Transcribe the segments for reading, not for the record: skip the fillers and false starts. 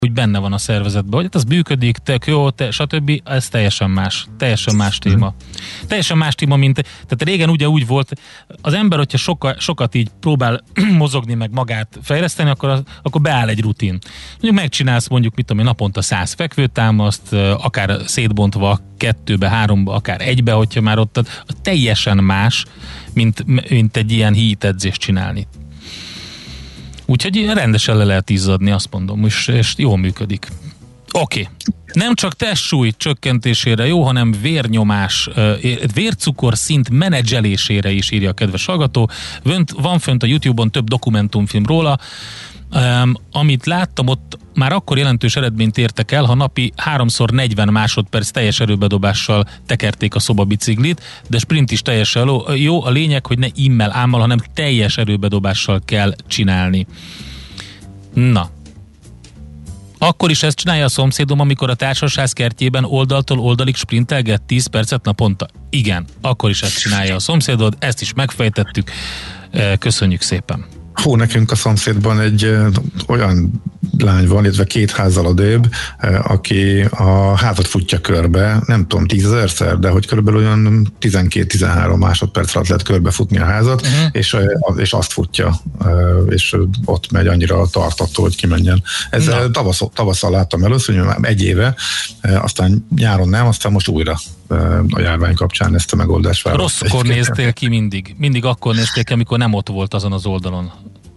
úgy benne van a szervezetben, hogy az működik, tök jó, stb. Ez teljesen más téma. Teljesen más téma, tehát régen ugye úgy volt, az ember, hogyha sokat így próbál mozogni, meg magát fejleszteni, akkor beáll egy rutin. Mondjuk megcsinálsz mondjuk, mit tudom én, naponta 100 fekvőtámaszt, akár szétbontva 2-be, 3-ba, akár 1-be, hogyha már ott teljesen más, mint egy ilyen HIIT edzést csinálni. Úgyhogy rendesen le lehet izzadni, azt mondom, és jól működik. Oké. Nem csak testsúly csökkentésére jó, hanem vérnyomás, vércukorszint menedzselésére is, írja a kedves hallgató. Van fönt a YouTube-on több dokumentumfilm róla, amit láttam, ott már akkor jelentős eredményt értek el, ha napi 3x40 másodperc teljes erőbedobással tekerték a szobabiciklit, de sprint is teljesen jó. A lényeg, hogy ne immel ámmal, hanem teljes erőbedobással kell csinálni. Na. Akkor is ezt csinálja a szomszédom, amikor a társasház kertjében oldaltól oldalig sprintelget 10 percet naponta. Igen, akkor is ezt csinálja a szomszédod, ezt is megfejtettük. Köszönjük szépen. Nekünk a szomszédban egy olyan lány van, illetve 2 házzal odébb, aki a házat futja körbe, nem tudom, 10 000-szer, de hogy körülbelül olyan 12-13 másodperc alatt lehet körbefutni a házat, és azt futja, és ott megy annyira tartató, hogy kimenjen. Ezzel tavasszal láttam először, hogy már 1 éve, aztán nyáron nem, aztán most újra a járvány kapcsán ezt a megoldást választották. Rosszkor néztél ki mindig. Mindig akkor néztél ki, amikor nem ott volt azon az oldalon.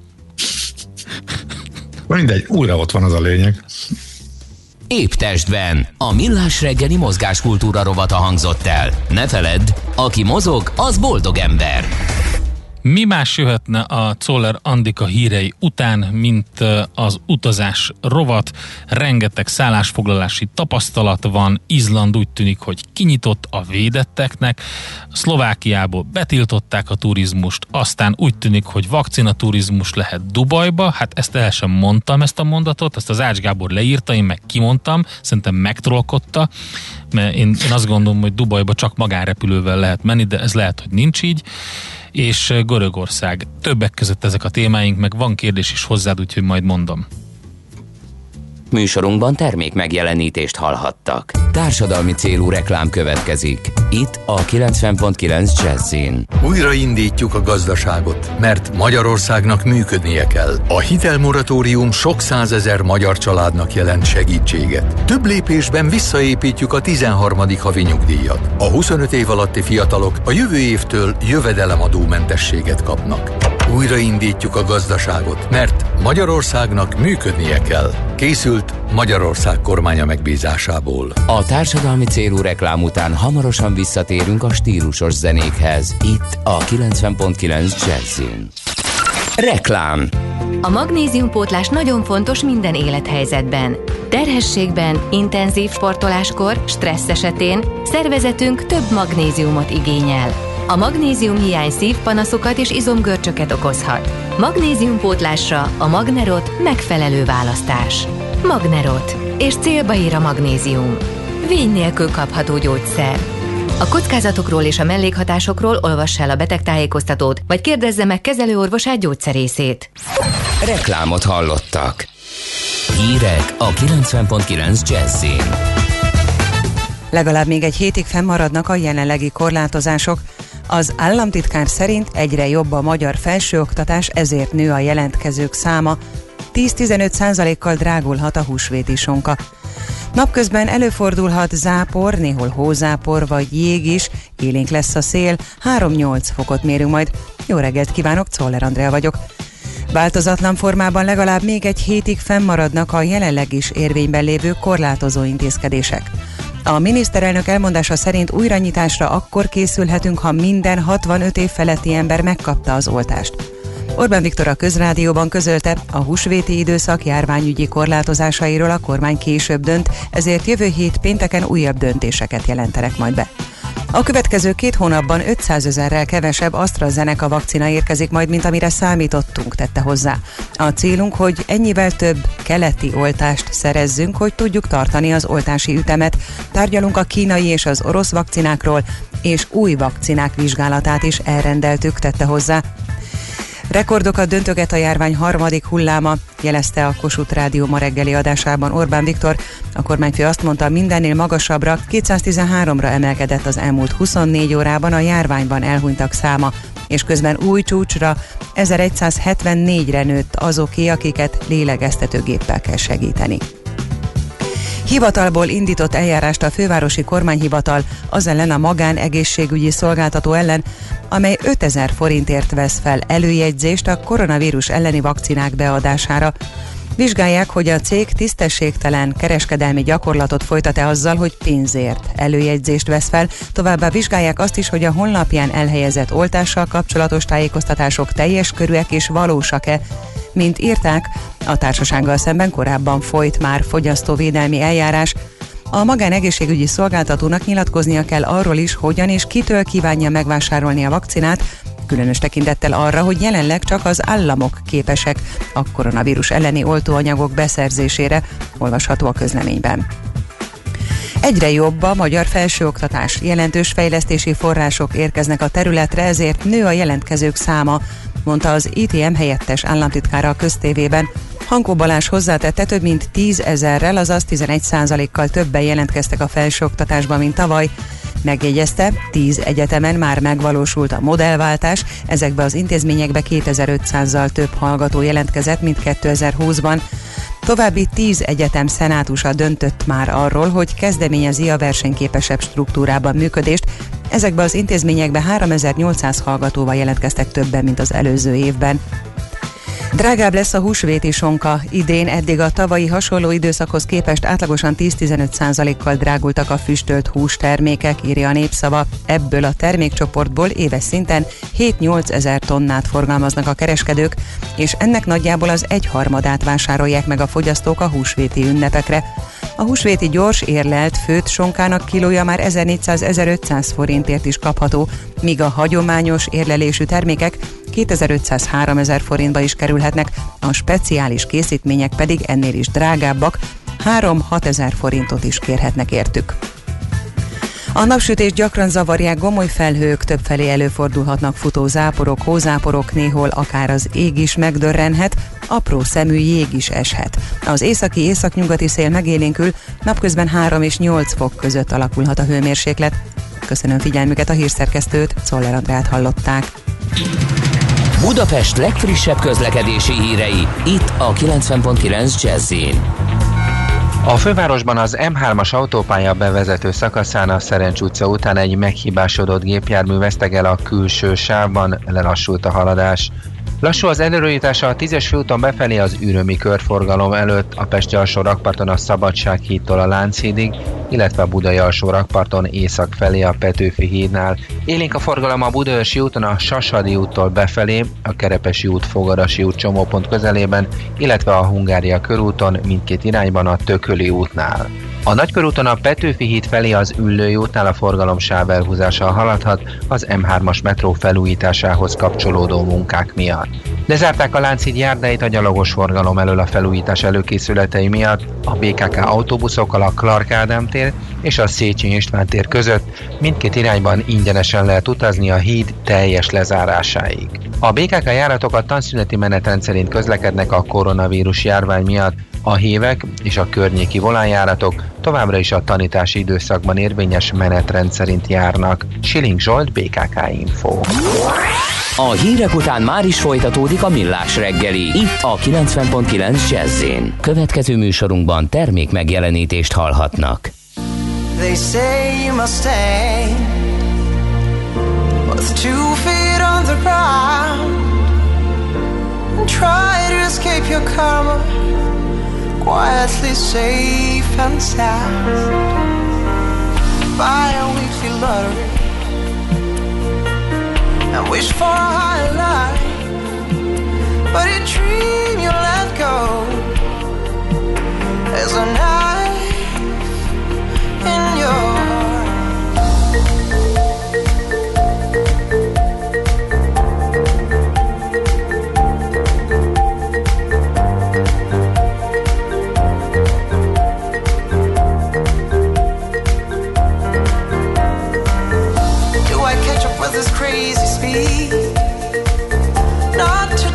Mindegy, újra ott van, az a lényeg. Épp testben. A Millás reggeli mozgáskultúra rovata hangzott el. Ne feledd, aki mozog, az boldog ember. Mi más jöhetne a Czoller Andika hírei után, mint az utazás rovat? Rengeteg szállásfoglalási tapasztalat van, Izland úgy tűnik, hogy kinyitott a védetteknek, Szlovákiából betiltották a turizmust, aztán úgy tűnik, hogy vakcinaturizmus lehet Dubajba, hát ezt el sem mondtam, ezt a mondatot, ezt az Ács Gábor leírta, én meg kimondtam, szerintem megtrollkodta, mert én azt gondolom, hogy Dubajba csak magánrepülővel lehet menni, de ez lehet, hogy nincs így, és Görögország. Többek között ezek a témáink, meg van kérdés is hozzád, úgyhogy majd mondom. Műsorunkban termék megjelenítést hallhattak. Társadalmi célú reklám következik. Itt a 90.9 Jazzin. Újraindítjuk a gazdaságot, mert Magyarországnak működnie kell. A hitelmoratórium sok 100 000 magyar családnak jelent segítséget. Több lépésben visszaépítjük a 13. havi nyugdíjat. A 25 év alatti fiatalok a jövő évtől jövedelemadómentességet kapnak. Újraindítjuk a gazdaságot, mert Magyarországnak működnie kell. Készült Magyarország kormánya megbízásából. A társadalmi célú reklám után hamarosan visszatérünk a stílusos zenékhez. Itt a 90.9 Jazzin. Reklám. A magnéziumpótlás nagyon fontos minden élethelyzetben. Terhességben, intenzív sportoláskor, stressz esetén szervezetünk több magnéziumot igényel. A magnézium hiány szívpanaszokat és izomgörcsöket okozhat. Magnéziumpótlásra a Magnerot megfelelő választás. Magnerot. És célba ér a magnézium. Vény nélkül kapható gyógyszer. A kockázatokról és a mellékhatásokról olvass el a betegtájékoztatót, vagy kérdezze meg kezelőorvosát, gyógyszerészét. Reklámot hallottak. Hírek a 90.9 Jazzin. Legalább még egy hétig fennmaradnak a jelenlegi korlátozások. Az államtitkár szerint egyre jobb a magyar felsőoktatás, ezért nő a jelentkezők száma. 10-15%-kal drágulhat a húsvéti sonka. Napközben előfordulhat zápor, néhol hózápor vagy jég is, élénk lesz a szél, 3-8 fokot mérünk majd. Jó reggelt kívánok, Czoller Andrea vagyok. Változatlan formában legalább még egy hétig fennmaradnak a jelenleg is érvényben lévő korlátozó intézkedések. A miniszterelnök elmondása szerint újranyitásra akkor készülhetünk, ha minden 65 év feletti ember megkapta az oltást. Orbán Viktor a Közrádióban közölte, a húsvéti időszak járványügyi korlátozásairól a kormány később dönt, ezért jövő hét pénteken újabb döntéseket jelentenek majd be. A következő 2 hónapban 500 000-rel kevesebb AstraZeneca vakcina érkezik majd, mint amire számítottunk, tette hozzá. A célunk, hogy ennyivel több keleti oltást szerezzünk, hogy tudjuk tartani az oltási ütemet. Tárgyalunk a kínai és az orosz vakcinákról, és új vakcinák vizsgálatát is elrendeltük, tette hozzá. Rekordokat döntöget a járvány harmadik hulláma, jelezte a Kossuth Rádió ma reggeli adásában Orbán Viktor. A kormányfő azt mondta, mindennél magasabbra, 213-ra emelkedett az elmúlt 24 órában a járványban elhunytak száma, és közben új csúcsra 1174-re nőtt azoké, akiket lélegeztetőgéppel kell segíteni. Hivatalból indított eljárást a fővárosi kormányhivatal az ellen a magánegészségügyi szolgáltató ellen, amely 5000 forintért vesz fel előjegyzést a koronavírus elleni vakcinák beadására. Vizsgálják, hogy a cég tisztességtelen kereskedelmi gyakorlatot folytat-e azzal, hogy pénzért előjegyzést vesz fel. Továbbá vizsgálják azt is, hogy a honlapján elhelyezett oltással kapcsolatos tájékoztatások teljes körűek és valósak-e. Mint írták, a társasággal szemben korábban folyt már fogyasztóvédelmi eljárás. A magánegészségügyi szolgáltatónak nyilatkoznia kell arról is, hogyan és kitől kívánja megvásárolni a vakcinát, különös tekintettel arra, hogy jelenleg csak az államok képesek a koronavírus elleni oltóanyagok beszerzésére, olvasható a közleményben. Egyre jobb a magyar felsőoktatás. Jelentős fejlesztési források érkeznek a területre, ezért nő a jelentkezők száma, mondta az ITM helyettes államtitkára a Köztévében. Hankó Balázs hozzátette, több mint 10 000-rel, azaz 11%-kal többen jelentkeztek a felsőoktatásba, mint tavaly. Megjegyezte, 10 egyetemen már megvalósult a modellváltás, ezekbe az intézményekbe 2500-zal több hallgató jelentkezett, mint 2020-ban. További 10 egyetem szenátusa döntött már arról, hogy kezdeményezi a versenyképesebb struktúrában működést. Ezekbe az intézményekbe 3800 hallgatóval jelentkeztek többen, mint az előző évben. Drágább lesz a húsvéti sonka. Idén eddig a tavalyi hasonló időszakhoz képest átlagosan 10-15%-kal drágultak a füstölt hústermékek, írja a Népszava. Ebből a termékcsoportból éves szinten 7-8 ezer tonnát forgalmaznak a kereskedők, és ennek nagyjából az 1/3 vásárolják meg a fogyasztók a húsvéti ünnepekre. A húsvéti gyors érlelt főtt sonkának kilója már 1400-1500 forintért is kapható, míg a hagyományos érlelésű termékek 2500-3000 forintba is kerülhetnek, a speciális készítmények pedig ennél is drágábbak, 3-6 ezer forintot is kérhetnek értük. A napsütést gyakran zavarják gomoly felhők, többfelé előfordulhatnak futó záporok, hózáporok, néhol akár az ég is megdörrenhet, apró szemű jég is eshet. Az északi-északnyugati szél megélénkül, napközben 3 és 8 fok között alakulhat a hőmérséklet. Köszönöm figyelmüket, a hírszerkesztőt, Czoller Andrát hallották. Budapest legfrissebb közlekedési hírei, itt a 90.9 Jazz-in. A fővárosban az M3-as autópálya bevezető szakaszán a Szerencs utca után egy meghibásodott gépjármű vesztegel a külső sávban, lelassult a haladás. Lassú az előrejutása a 10-es főúton befelé az ürömi körforgalom előtt, a Pesti alsó rakparton a Szabadsághídtól a Lánchídig, illetve a Budai alsó rakparton észak felé a Petőfi hídnál. Élénk a forgalom a Budaörsi úton a Sasadi úttól befelé, a Kerepesi út, Fogarasi út csomópont közelében, illetve a Hungária körúton mindkét irányban a Tököli útnál. A Nagykörúton a Petőfi híd felé az Üllői útnál a forgalom sávelhúzással haladhat az M3-as metró felújításához kapcsolódó munkák miatt. Lezárták a Lánchíd járdáit a gyalogos forgalom elől a felújítás előkészületei miatt, a BKK autóbuszokkal a Clark Ádám tér és a Széchenyi István tér között mindkét irányban ingyenesen lehet utazni a híd teljes lezárásáig. A BKK járatok a tanszüneti menetrend szerint közlekednek a koronavírus járvány miatt, a hévek és a környéki volánjáratok továbbra is a tanítási időszakban érvényes menetrend szerint járnak. Schilling Zsolt, BKK Info. A hírek után már is folytatódik a Millás reggeli, itt a 90.9 Jazz-in. Következő műsorunkban termék megjelenítést hallhatnak. They say you must stay with 2 feet on the ground and try to escape your karma, quietly safe and sound. Buy a weekly lottery and wish for a higher life, but a dream you let go is a knife in your heart. Do I catch up with this crazy speed? Not to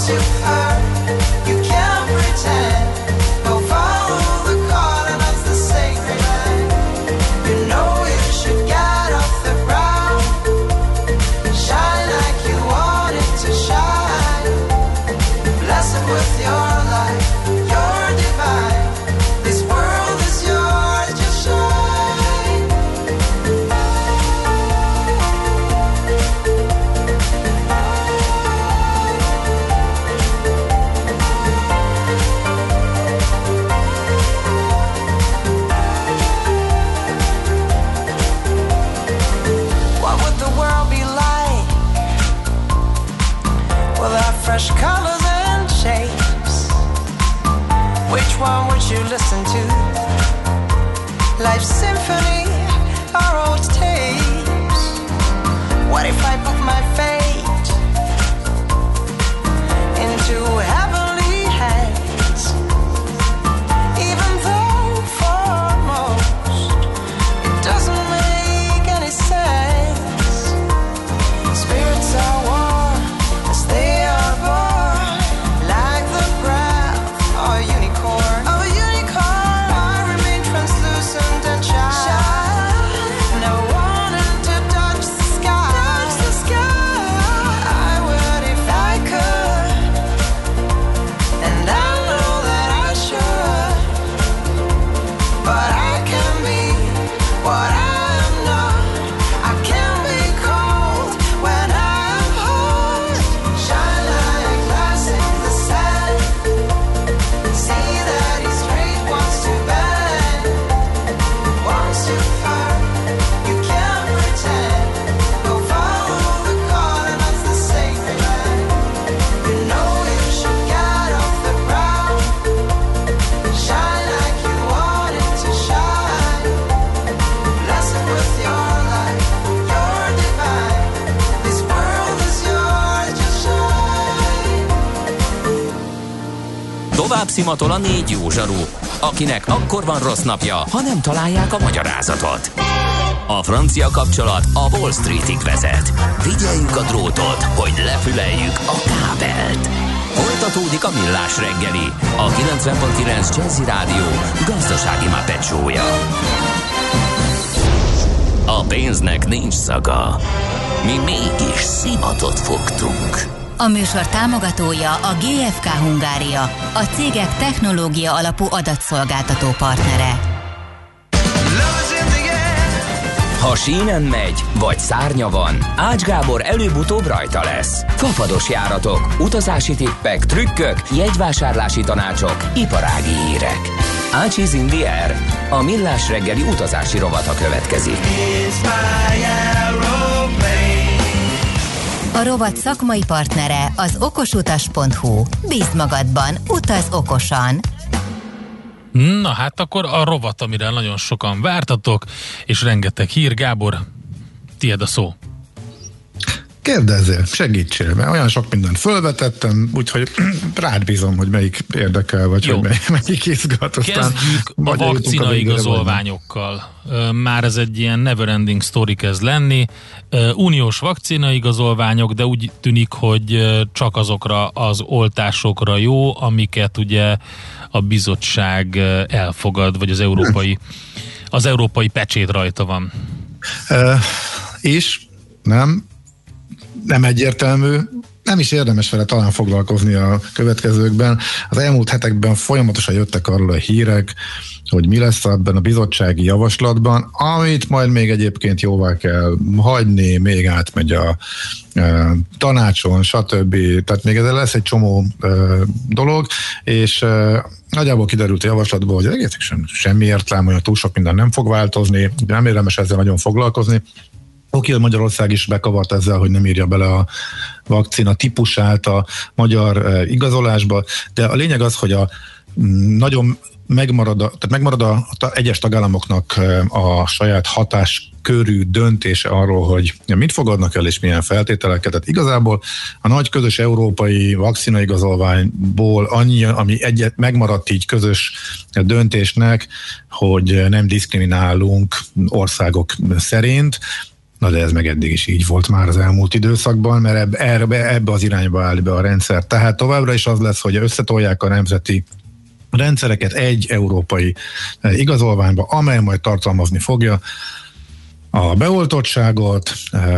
Tovább szimatol a 4 jó zsaru, akinek akkor van rossz napja, ha nem találják a magyarázatot. A francia kapcsolat a Wall Streetig vezet. Figyeljük a drótot, hogy lefüleljük a kábelt. Folytatódik a Millás reggeli, a 90.9 Jazzy Rádió gazdasági Muppet show-ja. A pénznek nincs szaga. Mi mégis szimatot fogtunk. A műsor támogatója a GFK Hungária, a cégek technológia alapú adatszolgáltató partnere. Ha sínen megy, vagy szárnya van, Ács Gábor előbb-utóbb rajta lesz. Fafados járatok, utazási tippek, trükkök, jegyvásárlási tanácsok, iparági hírek. Ácsiz in the air. A Millás reggeli utazási rovata következik. A rovat szakmai partnere az okosutas.hu. Bízd magadban, utaz okosan! Na hát akkor a rovat, amire nagyon sokan vártatok, és rengeteg hír. Gábor, tiéd a szó. Kérdezzél, segítsél, mert olyan sok mindent fölvetettem, úgyhogy rád bízom, hogy melyik érdekel, vagy jó, hogy melyik izgat. Kezdjük a vakcina igazolványokkal. Már ez egy ilyen never-ending story kezd lenni. Uniós vakcina igazolványok, de úgy tűnik, hogy csak azokra az oltásokra jó, amiket ugye a bizottság elfogad, vagy az európai pecsét rajta van. És nem egyértelmű, nem is érdemes vele talán foglalkozni a következőkben. Az elmúlt hetekben folyamatosan jöttek arról a hírek, hogy mi lesz ebben a bizottsági javaslatban, amit majd még egyébként jóvá kell hagyni, még átmegy a tanácson, stb. Tehát még ez lesz egy csomó dolog, és nagyjából kiderült a javaslatból, hogy egészen semmi értelme, hogy túl sok minden nem fog változni, nem érdemes ezzel nagyon foglalkozni. Oké, Magyarország is bekavart ezzel, hogy nem írja bele a vakcina típusát a magyar igazolásba, de a lényeg az, hogy nagyon megmarad a egyes tagállamoknak a saját hatáskörű döntése arról, hogy mit fogadnak el és milyen feltételeket. Tehát igazából a nagy közös európai vakcinaigazolványból annyi, ami megmaradt így közös döntésnek, hogy nem diszkriminálunk országok szerint. Na de ez meg eddig is így volt már az elmúlt időszakban, mert ebbe az irányba áll be a rendszer. Tehát továbbra is az lesz, hogy összetolják a nemzeti rendszereket egy európai igazolványba, amely majd tartalmazni fogja a beoltottságot,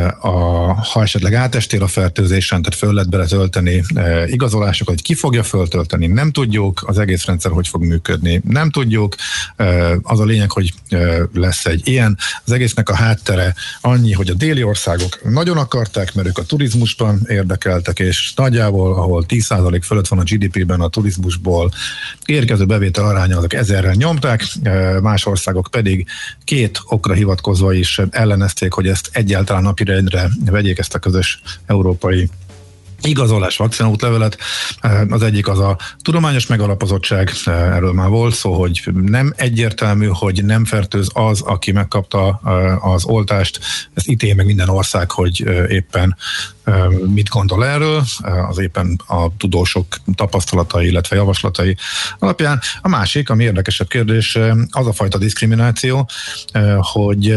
ha esetleg átestél a fertőzésen, tehát föl lehet beletölteni igazolásokat, hogy ki fogja föltölteni, nem tudjuk, az egész rendszer hogy fog működni, nem tudjuk, az a lényeg, hogy lesz egy ilyen. Az egésznek a háttere annyi, hogy a déli országok nagyon akarták, mert ők a turizmusban érdekeltek, és nagyjából, ahol 10% fölött van a GDP-ben a turizmusból érkező bevétel aránya, azok 1000-rel nyomták, más országok pedig két okra hivatkozva is ellenezték, hogy ezt egyáltalán napirendre vegyék, ezt a közös európai igazolás vakcinaútlevelet. Az egyik az a tudományos megalapozottság, erről már volt szó, hogy nem egyértelmű, hogy nem fertőz az, aki megkapta az oltást. Ezt ítél meg minden ország, hogy éppen mit gondol erről, az éppen a tudósok tapasztalatai, illetve javaslatai alapján. A másik, ami érdekesebb kérdés, az a fajta diszkrimináció, hogy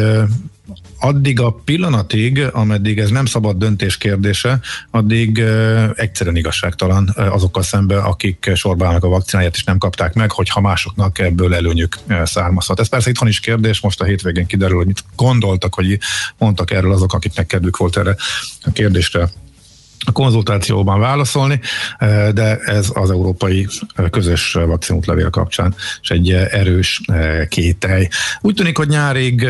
addig a pillanatig, ameddig ez nem szabad döntés kérdése, addig egyszerűen igazságtalan azokkal szemben, akik sorba állnak a vakcináját és nem kapták meg, hogyha másoknak ebből előnyük származhat. Ez persze itthon is kérdés, most a hétvégén kiderül, hogy mit gondoltak, vagy mondtak erről azok, akiknek kedvük volt erre a kérdésre a konzultációban válaszolni, de ez az európai közös vakcinútlevél kapcsán és egy erős kételj. Úgy tűnik, hogy nyárig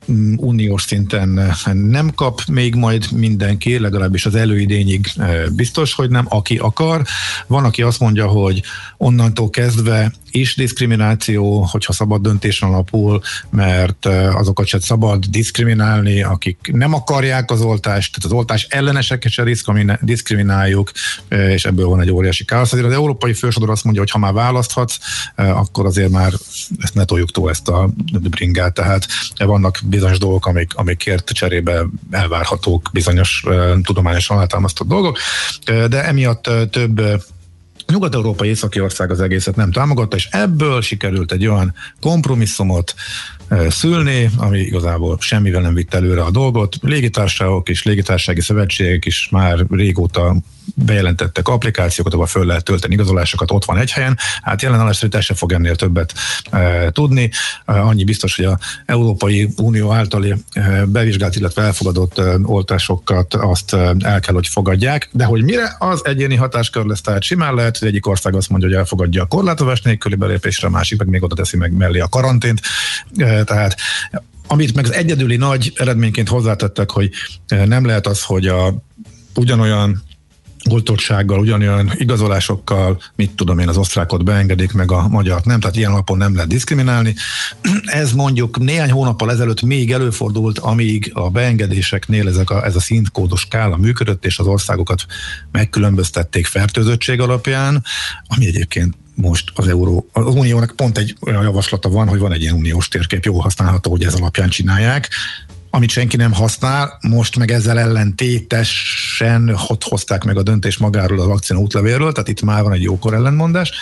uniós szinten nem kap még majd mindenki, legalábbis az előidényig biztos, hogy nem, aki akar. Van, aki azt mondja, hogy onnantól kezdve is diszkrimináció, hogyha szabad döntésen alapul, mert azokat sem szabad diszkriminálni, akik nem akarják az oltást, tehát az oltás elleneseket se diszkrimináljuk, és ebből van egy óriási káosz. Azért az európai fősodor azt mondja, hogy ha már választhatsz, akkor azért már ezt ne toljuk túl, ezt a bringát, tehát vannak bizonyos dolgok, amikért cserébe elvárhatók bizonyos tudományosan alátámasztott dolgok, de emiatt több nyugat-európai északi ország az egészet nem támogatta, és ebből sikerült egy olyan kompromisszumot szülni, ami igazából semmivel nem vitt előre a dolgot. Légitársaságok és légitársasági szövetségek is már régóta bejelentettek applikációkat, ahol föl lehet tölteni igazolásokat, ott van egy helyen. Hát jelen állás szerint se fog ennél többet tudni. Annyi biztos, hogy az Európai Unió által bevizsgált, illetve elfogadott oltásokat azt el kell, hogy fogadják, de hogy mire, az egyéni hatáskör lesz, tehát simán lehet, hogy egyik ország azt mondja, hogy elfogadja a korlátozás nélküli belépésre, a másik meg még oda teszi meg mellé a karantént. Tehát amit meg az egyedüli nagy eredményként hozzátettek, hogy nem lehet az, hogy ugyanolyan oltottsággal, ugyanolyan igazolásokkal, mit tudom én, az osztrákot beengedik, meg a magyart nem, tehát ilyen alapon nem lehet diszkriminálni. Ez mondjuk néhány hónappal ezelőtt még előfordult, amíg a beengedéseknél ez a szintkódos skála működött, és az országokat megkülönböztették fertőzöttség alapján, ami egyébként most az Uniónak pont egy olyan javaslata van, hogy van egy ilyen uniós térkép, jó használható, hogy ez alapján csinálják, amit senki nem használ, most meg ezzel ellentétesen hozták meg a döntés magáról a vakcina útlevélről, tehát itt már van egy jókor ellentmondás,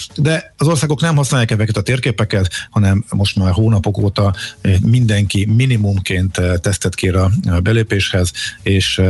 de az országok nem használják ezeket a térképeket, hanem most már hónapok óta mindenki minimumként tesztet kér a belépéshez, és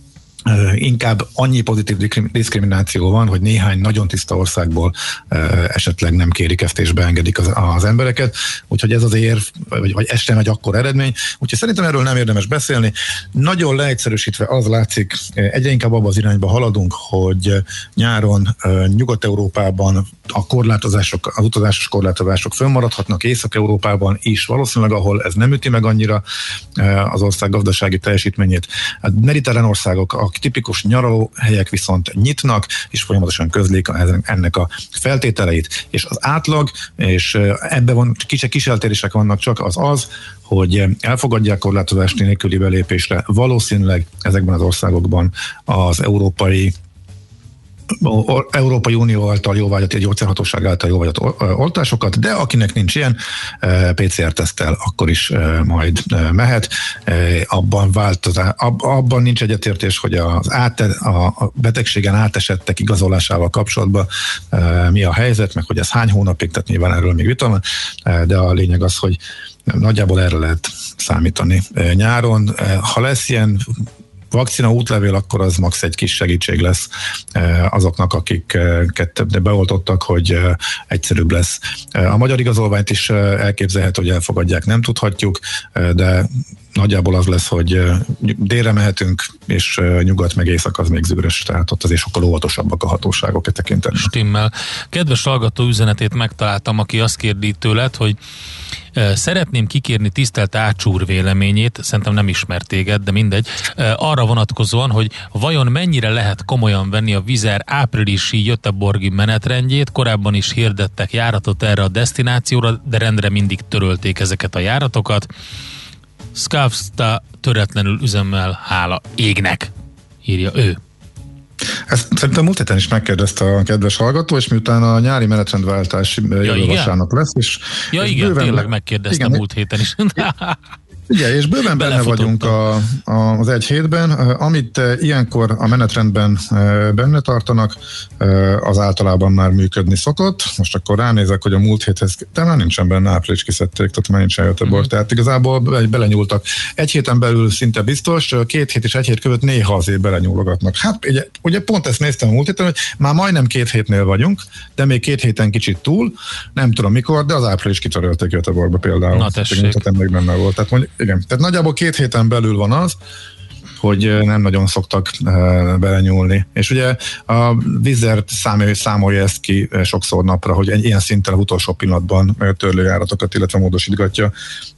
inkább annyi pozitív diszkrimináció van, hogy néhány nagyon tiszta országból esetleg nem kérik ezt és beengedik az embereket, úgyhogy ez az érv, vagy ez sem egy akkor eredmény, úgyhogy szerintem erről nem érdemes beszélni. Nagyon leegyszerűsítve az látszik, egyre inkább abba az irányba haladunk, hogy nyáron Nyugat-Európában a korlátozások, az utazásos korlátozások fönnmaradhatnak, Észak-Európában is valószínűleg, ahol ez nem üti meg annyira az ország gazdasági teljesítményét. A mediterrán országok, a tipikus nyaralóhelyek viszont nyitnak, és folyamatosan közlik ennek a feltételeit. És az átlag, és ebben van kis eltérések vannak, csak az, hogy elfogadják korlátozás nélküli belépésre. Valószínűleg ezekben az országokban az Európai Unió által jóvágyott, egy gyógyszerhatóság által jóvágyott oltásokat, de akinek nincs ilyen, PCR-teszttel akkor is majd mehet. Abban nincs egyetértés, hogy a betegségen átesettek igazolásával kapcsolatban mi a helyzet, meg hogy ez hány hónapig, tehát nyilván erről még vita van, de a lényeg az, hogy nagyjából erre lehet számítani nyáron. Ha lesz ilyen vakcina útlevél, akkor az max. Egy kis segítség lesz azoknak, akiket beoltottak, hogy egyszerűbb lesz. A magyar igazolványt is elképzelhető, hogy elfogadják, nem tudhatjuk, de nagyjából az lesz, hogy délre mehetünk, és nyugat meg észak az még zűrös, tehát ott azért sokkal óvatosabbak a hatóságok e tekintetben. Stimmel. Kedves hallgató üzenetét megtaláltam, aki azt kérdi tőled, hogy szeretném kikérni tisztelt Ácsúr véleményét, szerintem nem ismert téged, de mindegy, arra vonatkozóan, hogy vajon mennyire lehet komolyan venni a Wizz áprilisi Göteborgi menetrendjét, korábban is hirdettek járatot erre a desztinációra, de rendre mindig törölték ezeket a járatokat. Skavsta töretlenül üzemmel, hála égnek, írja ő. Ezt szerintem múlt héten is megkérdezte a kedves hallgató, és miután a nyári menetrendváltás jövő vasárnap lesz, és igen, bőven, tényleg megkérdeztem múlt héten is. Igen, és bőven benne vagyunk az egy hétben. Amit ilyenkor a menetrendben benne tartanak, az általában már működni szokott. Most akkor ránézek, hogy a múlt héthez talán nincsen benne, április kiszedték, tehát már nincsen Göteborg. Tehát igazából belenyúltak. Egy héten belül szinte biztos, 2 hét és 1 hét között néha azért belenyúlogatnak. Hát ugye pont ezt néztem a múlt héten, hogy már majdnem 2 hétnél vagyunk, de még 2 héten kicsit túl, nem tudom mikor, de az április kitörölték Göteborgba például. Na tessék. Még benne volt. Tehát mondjuk, igen. Tehát nagyjából 2 héten belül van az, hogy nem nagyon szoktak belenyúlni. És ugye a Wizz számolja ezt ki sokszor napra, hogy egy ilyen szinten az utolsó pillanatban törli járatokat, illetve módosítgatja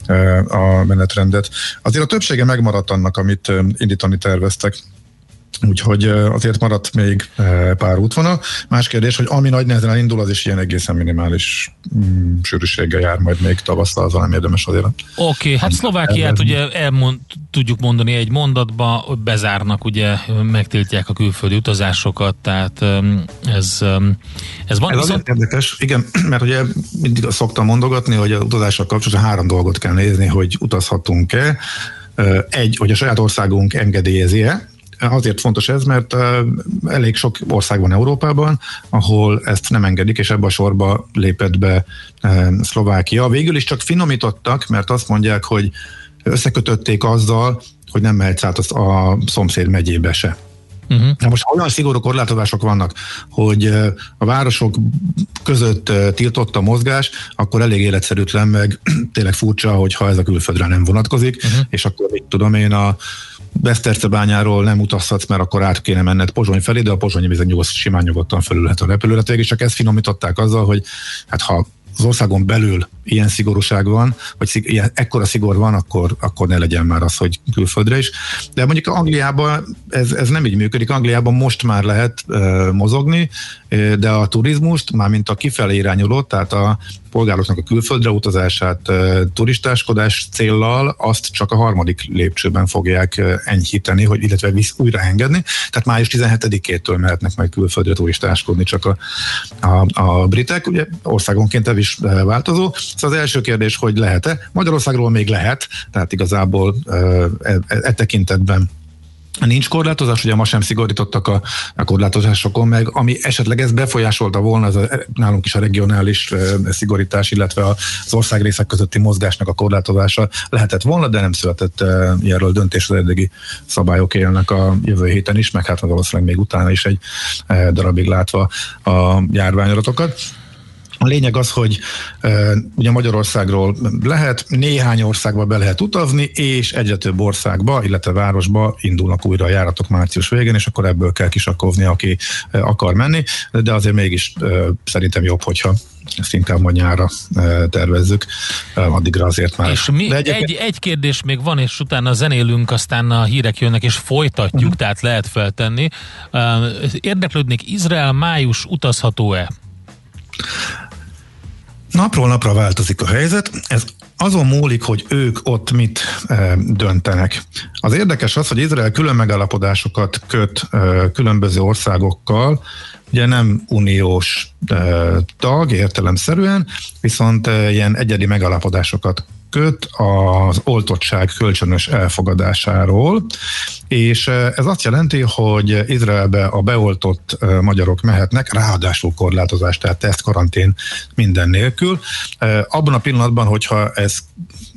a menetrendet. Azért a többsége megmaradt annak, amit indítani terveztek. Úgyhogy azért maradt még pár útvonal. Más kérdés, hogy ami nagy nehezen indul, az is ilyen egészen minimális sűrűséggel jár majd még tavasszal, az nem érdemes azért. Oké, hát Szlovákiát ugye tudjuk mondani egy mondatba, bezárnak, ugye megtiltják a külföldi utazásokat, tehát ez van. Ez azért érdekes, igen, mert ugye mindig szoktam mondogatni, hogy az utazással kapcsolatban 3 dolgot kell nézni, hogy utazhatunk-e. Egy, hogy a saját országunk engedélyezi-e. Azért fontos ez, mert elég sok ország van Európában, ahol ezt nem engedik, és ebbe a sorba lépett be Szlovákia. Végül is csak finomítottak, mert azt mondják, hogy összekötötték azzal, hogy nem mehetsz át a szomszéd megyébe se. Na most olyan szigorú korlátozások vannak, hogy a városok között tiltott a mozgás, akkor elég életszerűtlen, meg tényleg furcsa, hogyha ez a külföldre nem vonatkozik, és akkor mit tudom én, a Besztercebányáról nem utazhatsz, mert akkor át kéne menned Pozsony felé, de a pozsonyi bizony simán nyugodtan felülhet a repülőre. És csak ezt finomították azzal, hogy hát ha az országon belül ilyen szigorúság van, vagy ekkora szigor van, akkor ne legyen már az, hogy külföldre is. De mondjuk Angliában ez nem így működik. Angliában most már lehet mozogni, de a turizmust, mármint a kifelé irányuló, tehát a polgároknak a külföldre utazását turistáskodás céllal azt csak a 3. lépcsőben fogják enyhíteni, illetve újra engedni. Tehát május 17-től mehetnek majd külföldre turistáskodni csak a britek. Ugye országonként ez is változó. Szóval az első kérdés, hogy lehet-e? Magyarországról még lehet, tehát igazából tekintetben nincs korlátozás, ugye ma sem szigorítottak a korlátozásokon, meg ami esetleg ezt befolyásolta volna, az nálunk is a regionális szigorítás, illetve az országrészek közötti mozgásnak a korlátozása lehetett volna, de nem született ilyenről döntés, az eddigi szabályok élnek a jövő héten is, meg hát valószínűleg még utána is egy darabig látva a járványadatokat. A lényeg az, hogy ugye Magyarországról lehet, néhány országba be lehet utazni, és egyre több országba, illetve városba indulnak újra a járatok március végén, és akkor ebből kell kisakovni, aki akar menni, de azért mégis szerintem jobb, hogyha ezt inkább majd nyárra tervezzük, addigra azért már. És egy kérdés még van, és utána zenélünk, aztán a hírek jönnek, és folytatjuk, tehát lehet feltenni. Érdeklődnék, Izrael május utazható-e? Napról napra változik a helyzet, ez azon múlik, hogy ők ott mit döntenek. Az érdekes az, hogy Izrael külön megállapodásokat köt különböző országokkal, ugye nem uniós tag értelemszerűen, viszont ilyen egyedi megállapodásokat köt az oltottság kölcsönös elfogadásáról, és ez azt jelenti, hogy Izraelbe a beoltott magyarok mehetnek, ráadásul korlátozás, tehát teszt, karantén minden nélkül. Abban a pillanatban, hogyha ez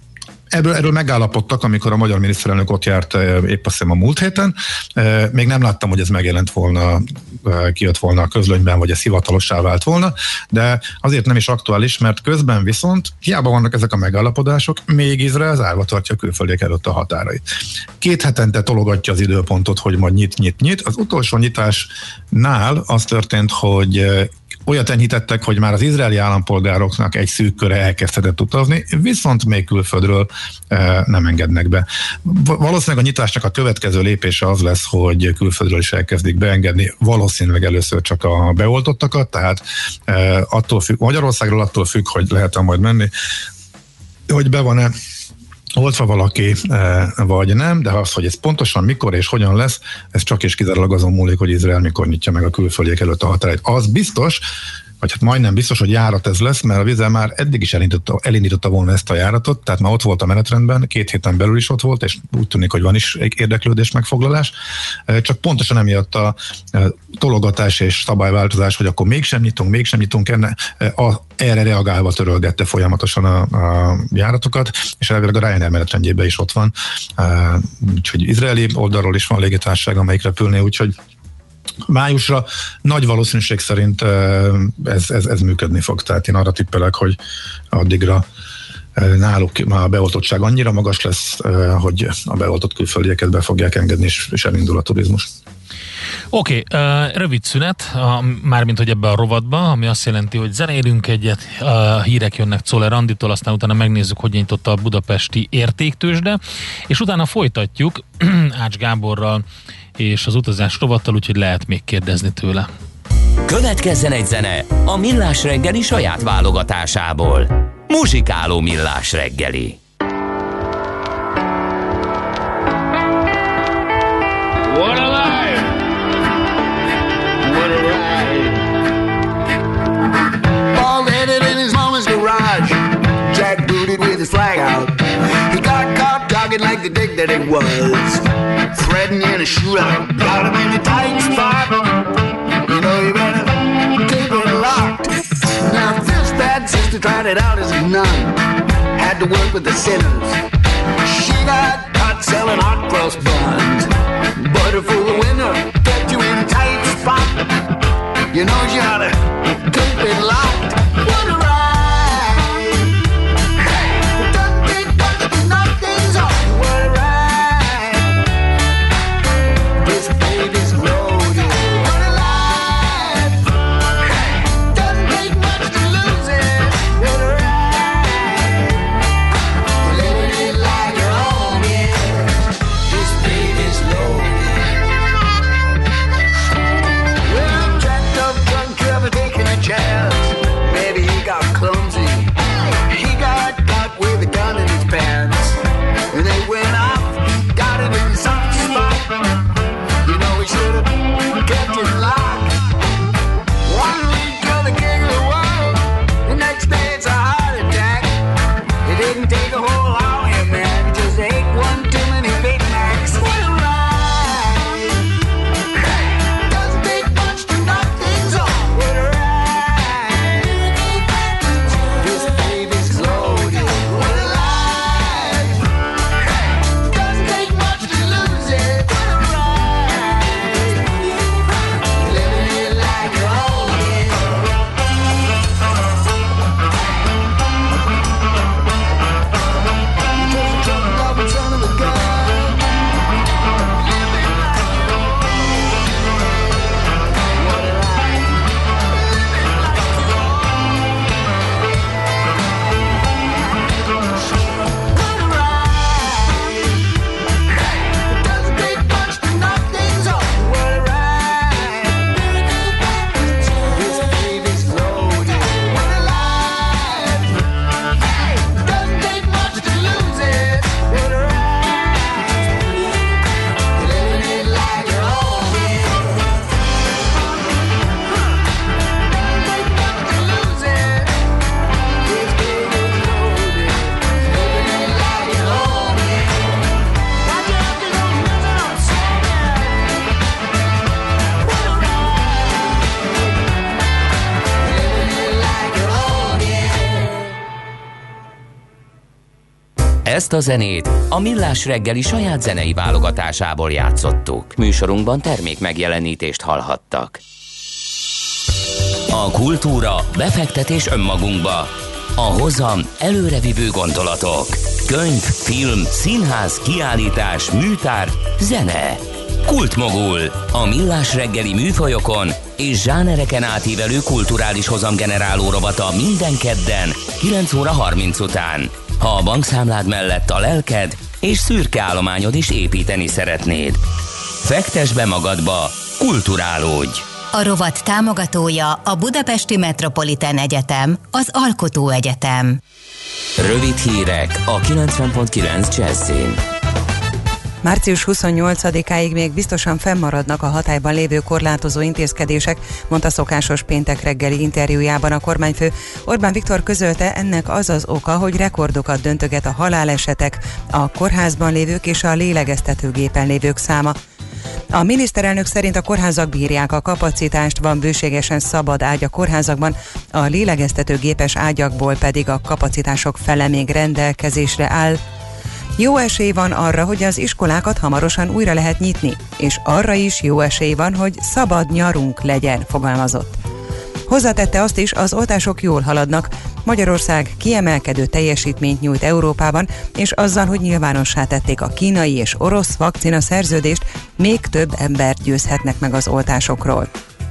Erről megállapodtak, amikor a magyar miniszterelnök ott járt épp azt hiszem a múlt héten. Még nem láttam, hogy ez megjelent volna, kijött volna a közlönyben, vagy ez hivatalossá vált volna, de azért nem is aktuális, mert közben viszont hiába vannak ezek a megállapodások, még Izrael zárva tartja a külföldiek előtt a határait. 2 hetente tologatja az időpontot, hogy majd nyit. Az utolsó nyitásnál az történt, hogy olyat enyhítettek, hogy már az izraeli állampolgároknak egy szűk köre elkezdhetett utazni, viszont még külföldről nem engednek be. Valószínűleg a nyitásnak a következő lépése az lesz, hogy külföldről is elkezdik beengedni, valószínűleg először csak a beoltottakat, tehát attól függ, Magyarországról attól függ, hogy lehet majd menni, hogy be van-e oltva valaki, vagy nem, de az, hogy ez pontosan mikor és hogyan lesz, ez csak és kizárólag azon múlik, hogy Izrael mikor nyitja meg a külföldiek előtt a határait. Az biztos, vagy hát majdnem biztos, hogy járat ez lesz, mert a Vizel már eddig is elindította volna ezt a járatot, tehát már ott volt a menetrendben, 2 héten belül is ott volt, és úgy tűnik, hogy van is érdeklődés, megfoglalás. Csak pontosan emiatt a tologatás és szabályváltozás, hogy akkor mégsem nyitunk, erre reagálva törölgette folyamatosan a járatokat, és elvileg a Ryanair menetrendjében is ott van. Úgyhogy izraeli oldalról is van légitársaság, amelyik repülné, úgyhogy májusra nagy valószínűség szerint ez működni fog. Tehát én arra tippelek, hogy addigra náluk már a beoltottság annyira magas lesz, hogy a beoltott külföldieket be fogják engedni, és elindul a turizmus. Oké, rövid szünet, mármint hogy ebbe a rovatba, ami azt jelenti, hogy zenélünk egyet, hírek jönnek Czoller Anditól, aztán utána megnézzük, hogy nyitott a budapesti értéktőzsde, és utána folytatjuk Ács Gáborral és az utazás rovattal, úgyhogy lehet még kérdezni tőle. Következzen egy zene a Millás reggeli saját válogatásából. Muzsikáló Millás reggeli. What a life! What a ride! Bald-headed in his mama's garage, Jack booted with his flag out. He got caught jogging like the dick that it was, threading in a shootout. Got him in the tight spot. You know you better keep it locked. Now this bad sister tried it out as a nun, had to work with the sinners. She got caught selling hot cross buns, but a fool of winter kept you in a tight spot. You know you oughta keep it locked. What a ride! Hey, it doesn't take much to knock things off. What a ride! This baby's loaded. What a life! Hey, doesn't take much to lose it. What a ride! Living it like your own, yeah. This baby's loaded. Well, I'm jacked up, drunk, Trevor taking a chance. Maybe Ezt a zenét a Millás reggeli saját zenei válogatásából játszottuk. Műsorunkban termék megjelenítést hallhattak. A kultúra, befektetés önmagunkba. A hozam előrevivő gondolatok. Könyv, film, színház, kiállítás, műtár, zene. Kultmogul. A Millás reggeli műfajokon és zsánereken átívelő kulturális hozamgeneráló rovata minden kedden 9 óra 30 után. Ha a bankszámlád mellett a lelked és szürke állományod is építeni szeretnéd. Fektess be magadba, kulturálódj! A rovat támogatója a Budapesti Metropolitán Egyetem, az Alkotó Egyetem. Rövid hírek a 90.9 Jazzin. Március 28-áig még biztosan fennmaradnak a hatályban lévő korlátozó intézkedések, mondta szokásos péntek reggeli interjújában a kormányfő. Orbán Viktor közölte, ennek az az oka, hogy rekordokat döntöget a halálesetek, a kórházban lévők és a lélegeztetőgépen lévők száma. A miniszterelnök szerint a kórházak bírják a kapacitást, van bőségesen szabad ágy a kórházakban, a lélegeztetőgépes ágyakból pedig a kapacitások fele még rendelkezésre áll. Jó esély van arra, hogy az iskolákat hamarosan újra lehet nyitni, és arra is jó esély van, hogy szabad nyarunk legyen, fogalmazott. Hozzátette azt is, az oltások jól haladnak, Magyarország kiemelkedő teljesítményt nyújt Európában, és azzal, hogy nyilvánossá tették a kínai és orosz vakcina szerződést, még több embert győzhetnek meg az oltásokról.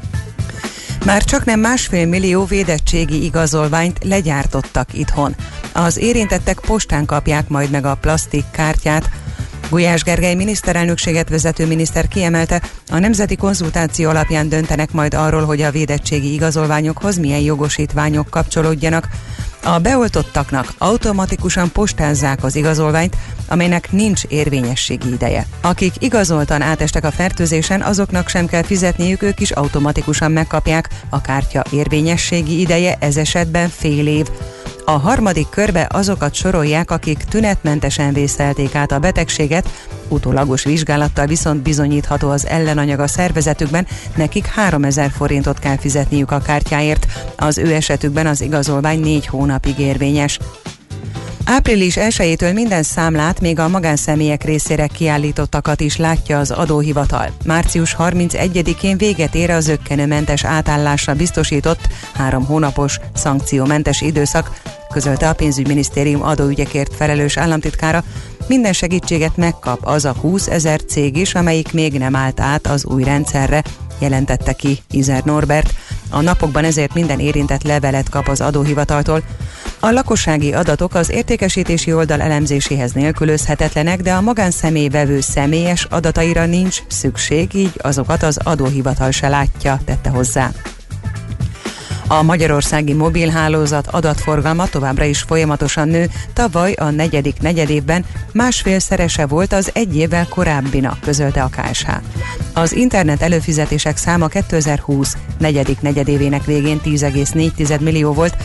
Már csaknem 1,5 millió védettségi igazolványt legyártottak itthon. Az érintettek postán kapják majd meg a plastikkártyát. Gulyás Gergely miniszterelnökséget vezető miniszter kiemelte, a nemzeti konzultáció alapján döntenek majd arról, hogy a védettségi igazolványokhoz milyen jogosítványok kapcsolódjanak. A beoltottaknak automatikusan postázzák az igazolványt, amelynek nincs érvényességi ideje. Akik igazoltan átestek a fertőzésen, azoknak sem kell fizetniük, ők is automatikusan megkapják. A kártya érvényességi ideje ez esetben fél év. A harmadik körbe azokat sorolják, akik tünetmentesen vészelték át a betegséget, utólagos vizsgálattal viszont bizonyítható az ellenanyag a szervezetükben, nekik 3000 forintot kell fizetniük a kártyáért. Az ő esetükben az igazolvány 4 hónapig érvényes. Április 1-től minden számlát, még a magánszemélyek részére kiállítottakat is látja az adóhivatal. Március 31-én véget ér a zökkenőmentes átállásra biztosított 3 hónapos szankciómentes időszak, közölte a pénzügyminisztérium adóügyekért felelős államtitkára. Minden segítséget megkap az a 20 000 cég is, amelyik még nem állt át az új rendszerre, jelentette ki Izer Norbert. A napokban ezért minden érintett levelet kap az adóhivataltól. A lakossági adatok az értékesítési oldal elemzéséhez nélkülözhetetlenek, de a magánszemély vevő személyes adataira nincs szükség, így azokat az adóhivatal se látja, tette hozzá. A magyarországi mobilhálózat adatforgalma továbbra is folyamatosan nő, tavaly a negyedik negyedévben 1,5-szerese volt az egy évvel korábbinak, közölte a KSH. Az internet előfizetések száma 2020 negyedik negyedévének végén 10,4 millió volt,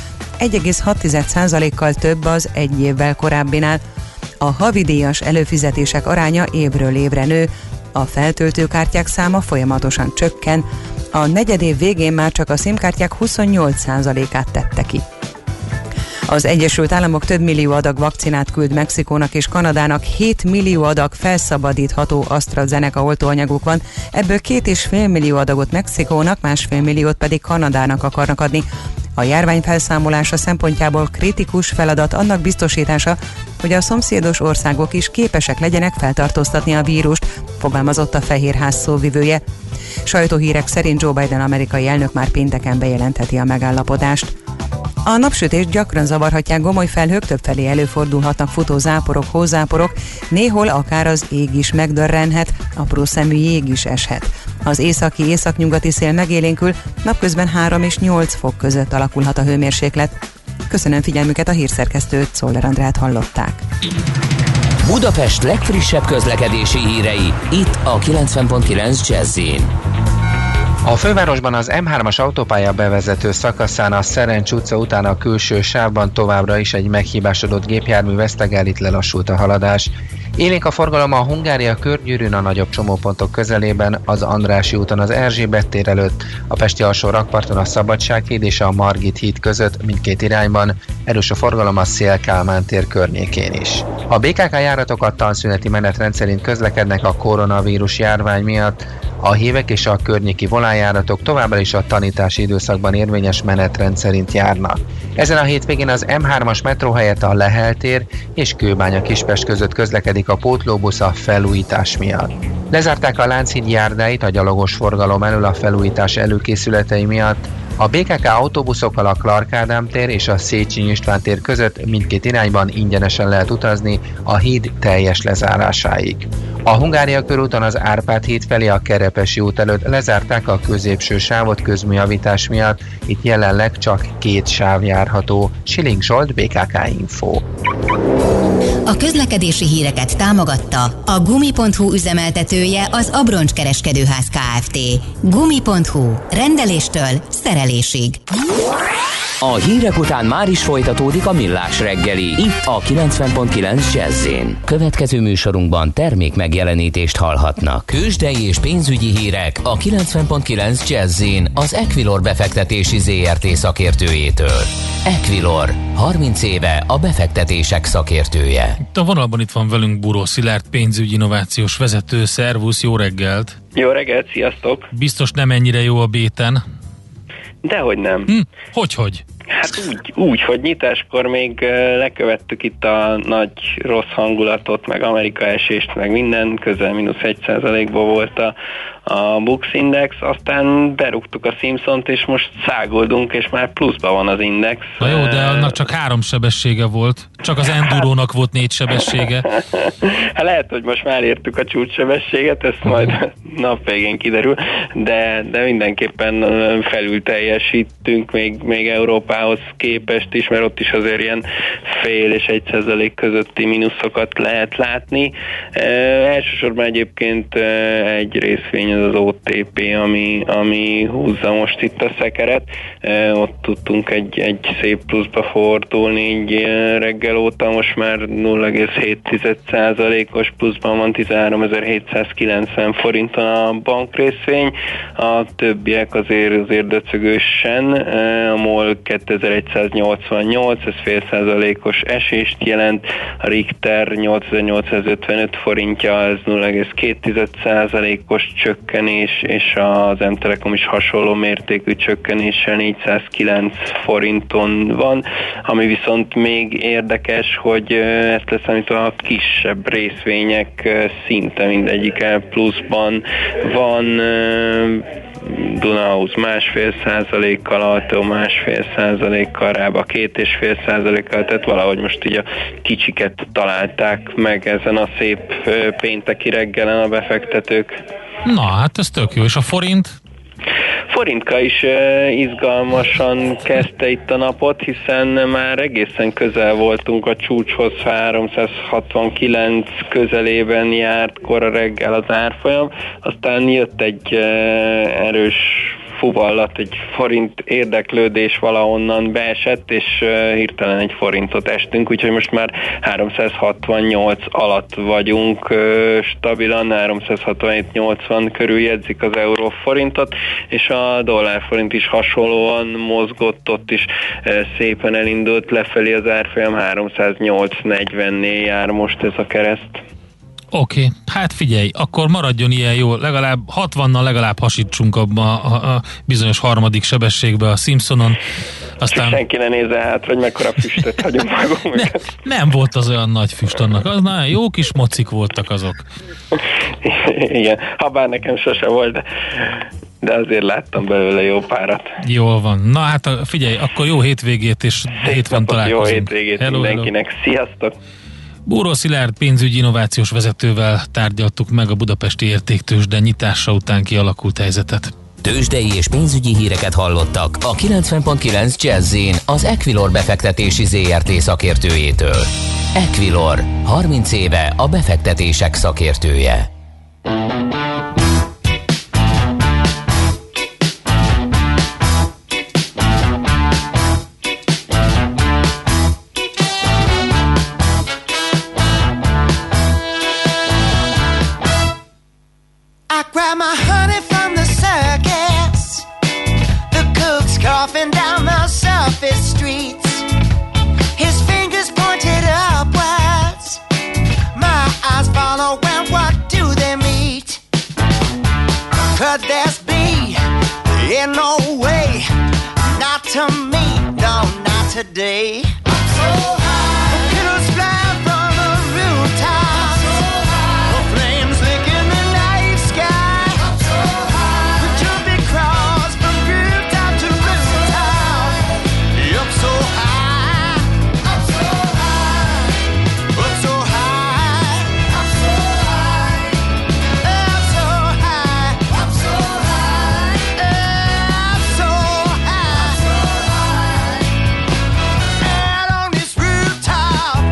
1,6%-kal több az egy évvel korábbinál. A havidíjas előfizetések aránya évről évre nő, a feltöltőkártyák száma folyamatosan csökken, a negyedév végén már csak a SIM-kártyák 28%-át tette ki. Az Egyesült Államok több millió adag vakcinát küld Mexikónak és Kanadának, 7 millió adag felszabadítható AstraZeneca oltóanyaguk van, ebből 2,5 millió adagot Mexikónak, 1,5 milliót pedig Kanadának akarnak adni. A járvány felszámolása szempontjából kritikus feladat annak biztosítása, hogy a szomszédos országok is képesek legyenek feltartóztatni a vírust, fogalmazott a Fehérház szóvivője. Sajtóhírek szerint Joe Biden amerikai elnök már pénteken bejelentheti a megállapodást. A napsütést gyakran zavarhatják gomoly felhők, többfelé előfordulhatnak futó záporok, hózáporok, néhol akár az ég is megdörrenhet, apró szemű jég is eshet. Az északi-északnyugati szél megélénkül, napközben 3 és 8 fok között alakulhat a hőmérséklet. Köszönöm figyelmüket, a hírszerkesztőt, Czoller Andrát hallották. Budapest legfrissebb közlekedési hírei, itt a 90.9 Jazz-in. A fővárosban az M3-as autópálya bevezető szakaszán a Szerencs utca után a külső sávban továbbra is egy meghibásodott gépjármű vesztegel, itt lelassult a haladás. Élénk a forgalom a Hungária körgyűrűn, a nagyobb csomópontok közelében, az Andrássy úton az Erzsébet tér előtt, a Pesti alsó rakparton a Szabadsághíd és a Margit híd között mindkét irányban, erős a forgalom a Széll-Kálmán tér környékén is. A BKK járatokat tanszüneti menetrend szerint közlekednek a koronavírus járvány miatt, a hívek és a környéki volánjáratok továbbra is a tanítási időszakban érvényes menetrend szerint járnak. Ezen a hétvégén az M3-as metró helyett a Lehel tér és Kőbánya-Kispest között közlekedik a pótlóbusz a felújítás miatt. Lezárták a Lánchíd járdáit a gyalogos forgalom elől a felújítás előkészületei miatt. A BKK autóbuszokkal a Clark Ádám tér és a Széchenyi István tér között mindkét irányban ingyenesen lehet utazni a híd teljes lezárásáig. A Hungária körúton az Árpád híd felé a Kerepesi út előtt lezárták a középső sávot közműjavítás miatt, itt jelenleg csak 2 sáv járható. Siling Zsolt, BKK Info. A közlekedési híreket támogatta a Gumi.hu üzemeltetője, az Abroncs Kereskedőház Kft. Gumi.hu. Rendeléstől szerelésig. A hírek után már is folytatódik a Millás reggeli, itt a 90.9 Jazz-én. Következő műsorunkban termék megjelenítést hallhatnak. Tőzsdei és pénzügyi hírek a 90.9 Jazz-én az Equilor befektetési ZRT szakértőjétől. Equilor, 30 éve a befektetések szakértője. Itt a vonalban itt van velünk Buró Szilárd, pénzügyi innovációs vezető. Szervusz, jó reggelt! Jó reggelt, sziasztok! Biztos nem ennyire jó a béten. Dehogy nem. Hogy? Hát úgy, hogy nyitáskor még lekövettük itt a nagy rossz hangulatot, meg Amerika esést, meg minden, közel -1%-ból volt a Bux Index, aztán berúgtuk a Simpsont, és most szágoldunk, és már pluszban van az index. Na jó, de annak csak 3 sebessége volt. Csak az Endurónak volt 4 sebessége. Hát lehet, hogy most már értük a csúcssebességet, ezt majd nap végén kiderül, de mindenképpen felül teljesítünk még Európához képest is, mert ott is azért ilyen 0,5% közötti mínuszokat lehet látni. Elsősorban egyébként egy részvény az OTP, ami húzza most itt a szekeret. Ott tudtunk egy szép pluszba fordulni így reggel óta, most már 0,7%-os pluszban van, 13.790 forinton a bankrészvény, a többiek azért döcögősen, a MOL 2188, ez fél%-os esést jelent, a Richter 8855 forintja, ez 0,2%-os csökkenés, és az M-Telekom is hasonló mértékű csökkenéssel 409 forinton van, ami viszont még érdekes, hogy ezt leszámítva a kisebb részvények szinte mindegyike pluszban van, Dunahouse 1,5%-kal, Alteo 1,5%-kal, Rába 2,5%-kal, tehát valahogy most így a kicsiket találták meg ezen a szép pénteki reggelen a befektetők. Na, hát ez tök jó. És a forint? Forintka is izgalmasan kezdte itt a napot, hiszen már egészen közel voltunk a csúcshoz, 369 közelében járt kora reggel az árfolyam, aztán jött egy erős fuvallat, egy forint érdeklődés valahonnan beesett, és hirtelen egy forintot estünk, úgyhogy most már 368 alatt vagyunk stabilan, 367,80 körül jegyzik az euró forintot, és a dollár forint is hasonlóan mozgott, ott is szépen elindult lefelé az árfolyam, 308,40-nél jár most ez a kereszt. Oké, hát figyelj, akkor maradjon ilyen jó, legalább 60-nal legalább hasítsunk abba a bizonyos harmadik sebességbe a Simpsonon. Aztán... Senki ne nézze hát, hogy mekkora füstöt hagyunk magunkat. Nem volt az olyan nagy füst annak, az nagyon jó kis mocik voltak azok. Igen, habár nekem sose volt, de azért láttam belőle jó párat. Jól van. Na hát figyelj, akkor jó hétvégét, és hétfőn találkozunk. Jó hétvégét mindenkinek. Sziasztok! Búró Szilárd pénzügyi innovációs vezetővel tárgyaltuk meg a budapesti értéktőzsde nyitása után kialakult helyzetet. Tőzsdei és pénzügyi híreket hallottak a 90.9 Jazz-én az Equilor befektetési ZRT szakértőjétől. Equilor, 30 éve a befektetések szakértője. coughing down the surface streets, his fingers pointed upwards. My eyes follow when what do they meet? Could this be? In no way, not to me, no, not today. I'm so high. The pillows fly from the rooftop. I'm so high. The flames lick in the night sky. I'm so high. The jumping cross from rooftop to rooftop. I'm so high. I'm so high. I'm so high. I'm so high. I'm so high. I'm so high. I'm so high. And on this rooftop.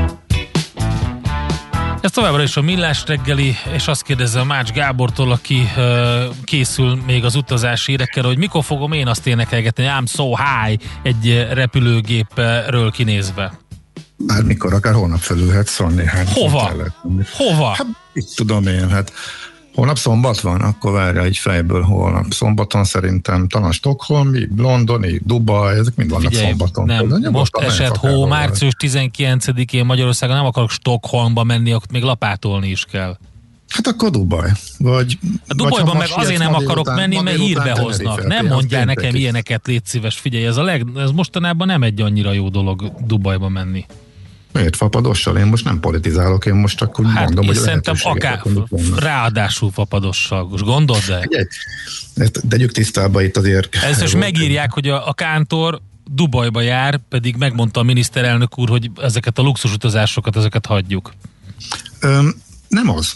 Ez továbbra is a Millás reggeli, és azt kérdezze a Mács Gábortól, aki készül még az utazási hírekkel, hogy mikor fogom én azt énekelgetni, I'm so high, egy repülőgépről kinézve. Bármikor, akár holnap felülhetsz szólni. Hát Hova? Hova? Hát, itt tudom én, hát holnap szombat van, akkor várja egy fejből holnap. Szombaton szerintem talán Stockholmi, Londoni, Dubaj, ezek mind vannak szombaton. Nem, most esett hó, március 19-én Magyarországon nem akarok Stockholmba menni, akkor még lapátolni is kell. Hát akkor Dubaj. Vagy Dubajban meg azért nem akarok menni, mert hírbe hoznak. Nem mondjál nekem ilyeneket, légy szíves, figyelj, ez mostanában nem egy annyira jó dolog Dubajba menni. Miért fapadossal? Én most nem politizálok, én most csak úgy mondom, hogy szerintem akár ráadásul fapadossal. Most gondold el? Tegyük tisztába itt azért. Ez most megírják, hogy a kántor Dubajba jár, pedig megmondta a miniszterelnök úr, hogy ezeket a luxusutazásokat, ezeket hagyjuk. Nem az.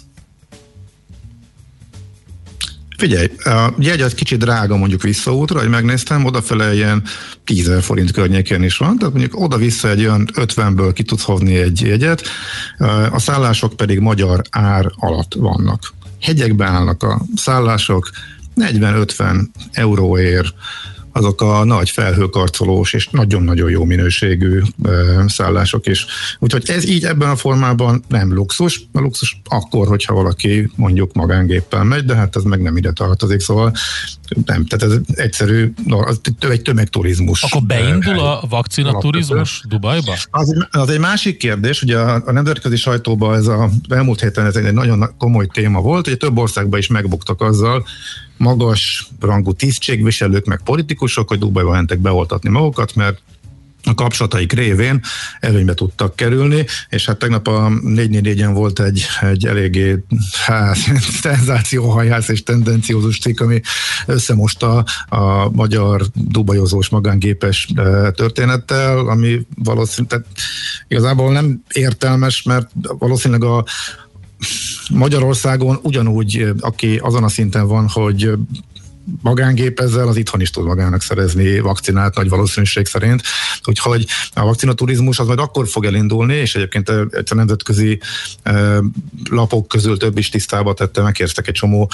Figyelj, a jegy az kicsit drága mondjuk visszaútra, hogy megnéztem, odafele ilyen 10 000 forint környékén is van, tehát mondjuk oda-vissza egy olyan 50-ből ki tudsz hozni egy jegyet, a szállások pedig magyar ár alatt vannak. Hegyekben állnak a szállások, 40-50 euróért azok a nagy felhőkarcolós és nagyon-nagyon jó minőségű szállások is. Úgyhogy ez így ebben a formában nem luxus. A luxus akkor, hogyha valaki mondjuk magángéppel megy, de hát ez meg nem ide tartozik, szóval nem, tehát ez egyszerű, egy tömegturizmus. Akkor beindul a vakcinaturizmus Dubajba? Az egy másik kérdés, ugye a nemzetközi sajtóban ez elmúlt héten ez egy nagyon komoly téma volt, hogy több országban is megbuktak azzal, magas rangú tisztségviselők, meg politikusok, hogy Dubajba mentek beoltatni magukat, mert a kapcsolataik révén előnybe tudtak kerülni, és hát tegnap a 444-en volt egy eléggé szenzációhajász és tendenciózus cikk, ami összemosta a magyar dubajozós magángépes történettel, ami valószínűleg igazából nem értelmes, mert valószínűleg a Magyarországon ugyanúgy, aki azon a szinten van, hogy magángép ezzel, az itthon is tud magának szerezni vakcinát nagy valószínűség szerint. Úgyhogy a vakcinaturizmus az majd akkor fog elindulni, és egyébként a nemzetközi lapok közül több is tisztába tette, megkérdeztek egy csomó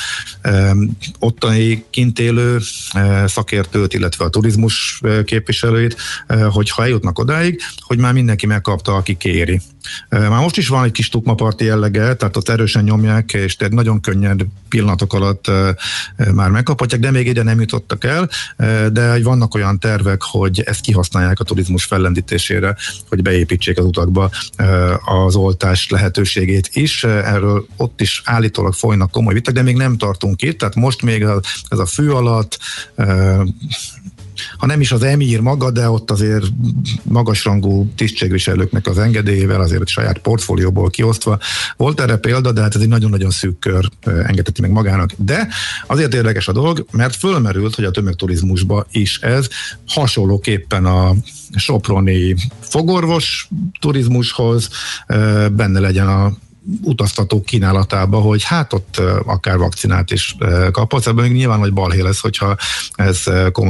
ottani kint élő szakértőt, illetve a turizmus képviselőit, hogy ha eljutnak odáig, hogy már mindenki megkapta, aki kéri. Már most is van egy kis tukmaparti jellege, tehát ott erősen nyomják, és nagyon könnyed pillanatok alatt már megkaphatják, de még ide nem jutottak el, de vannak olyan tervek, hogy ezt kihasználják a turizmus fellendítésére, hogy beépítsék az utakba az oltás lehetőségét is. Erről ott is állítólag folynak komoly viták, de még nem tartunk itt, tehát most még ez a fű alatt, ha nem is az emír maga, de ott azért magasrangú tisztségviselőknek az engedélyével, azért saját portfólióból kiosztva. Volt erre példa, de hát ez egy nagyon-nagyon szűk kör engedheti meg magának. De azért érdekes a dolog, mert fölmerült, hogy a tömegturizmusba is ez hasonlóképpen a soproni fogorvos turizmushoz benne legyen a utaztatók kínálatába, hogy hát ott akár vakcinát is kaphatsz. Ebben még nyilván nagy balhé lesz, hogyha ez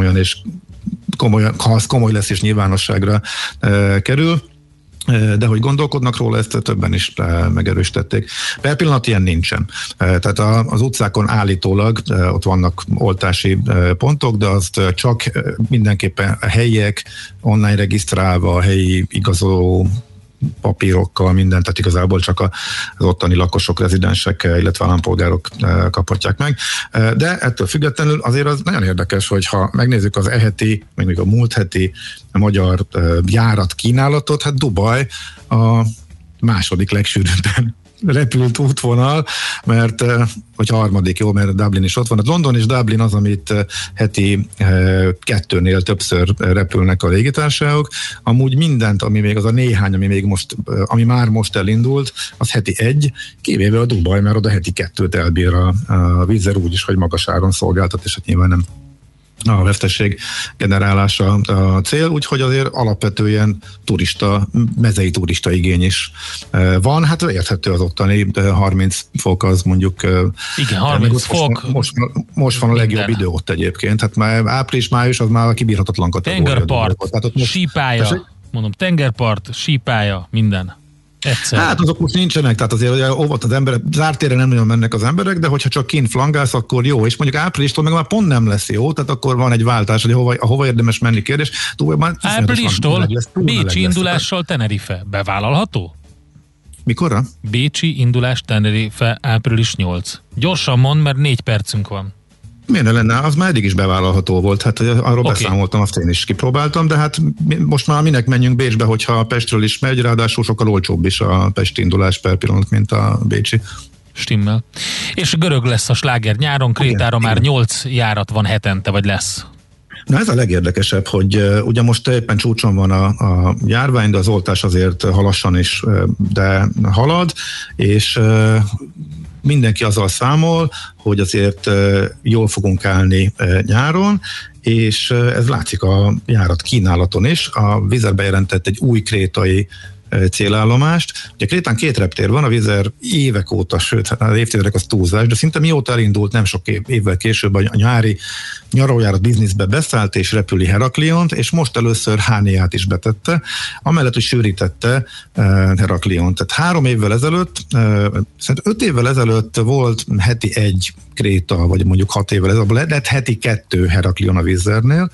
ha az komoly lesz és nyilvánosságra kerül, de hogy gondolkodnak róla, ezt többen is megerősítették. Per pillanat ilyen nincsen. Tehát az utcákon állítólag ott vannak oltási pontok, de azt csak mindenképpen a helyiek online regisztrálva, a helyi igazoló papírokkal, mindent, tehát igazából csak az ottani lakosok, rezidensek, illetve állampolgárok kaphatják meg. De ettől függetlenül azért az nagyon érdekes, hogy ha megnézzük az heti, meg még a múlt heti magyar járat kínálatot, hát Dubaj a második legsűrűbben repült útvonal, mert vagy harmadik, jó, mert Dublin is ott van. London és Dublin az, amit heti 2-nél többször repülnek a légitársaságok. Amúgy mindent, ami még az a néhány, ami már most elindult, az heti 1, kivéve a Dubaj, mert oda heti 2-t elbír a Wizz Air úgy is, hogy magas áron szolgáltat, és hát nyilván nem a vesztesség generálása a cél, úgyhogy azért alapvetően mezei turista igény is van. Hát érthető az ottani 30 fok, az mondjuk... Igen, 30 fok. Most van a legjobb idő ott egyébként. Hát már április-május az már kibírhatatlan kategória. Tengerpart, sípálya, mondom, tengerpart, sípálya, minden. Egyszer. Hát azok most nincsenek, tehát azért óvat az emberek, zártére nem nagyon mennek az emberek, de hogyha csak kint flangálsz, akkor jó, és mondjuk áprilistól meg már pont nem lesz jó, tehát akkor van egy váltás, hogy hova érdemes menni kérdés. Áprilistól bécsi indulással Tenerife bevállalható? Mikorra? Bécsi indulás Tenerife április 8. Gyorsan mond, mert 4 percünk van. Miért ne lenne? Az már eddig is bevállalható volt, hát arról beszámoltam, azt én is kipróbáltam, de hát most már minek menjünk Bécsbe, hogyha Pestről is megy, ráadásul sokkal olcsóbb is a pesti indulás per pillanat, mint a bécsi. Stimmel. És görög lesz a sláger nyáron, Krétára már 8 járat van hetente, vagy lesz. Na ez a legérdekesebb, hogy ugye most éppen csúcson van a járvány, de az oltás azért halassan is, de halad, és mindenki azzal számol, hogy azért jól fogunk állni nyáron, és ez látszik a járat kínálaton is. A Wizz Air bejelentett egy új krétai célállomást. Ugye Krétán 2 reptér van, a Wizz Air évek óta, sőt, az évtizedek az túlzás, de szinte mióta elindult, nem sok évvel később a nyári nyaralójárat bizniszbe beszállt és repüli Herakliont, és most először Hániát is betette, amellett, hogy sűrítette Herakliont. Tehát 3 évvel ezelőtt, szerintem 5 évvel ezelőtt volt heti 1 Kréta, vagy mondjuk 6 évvel ezelőtt, lett heti 2 Heraklion a Wizz Airnél,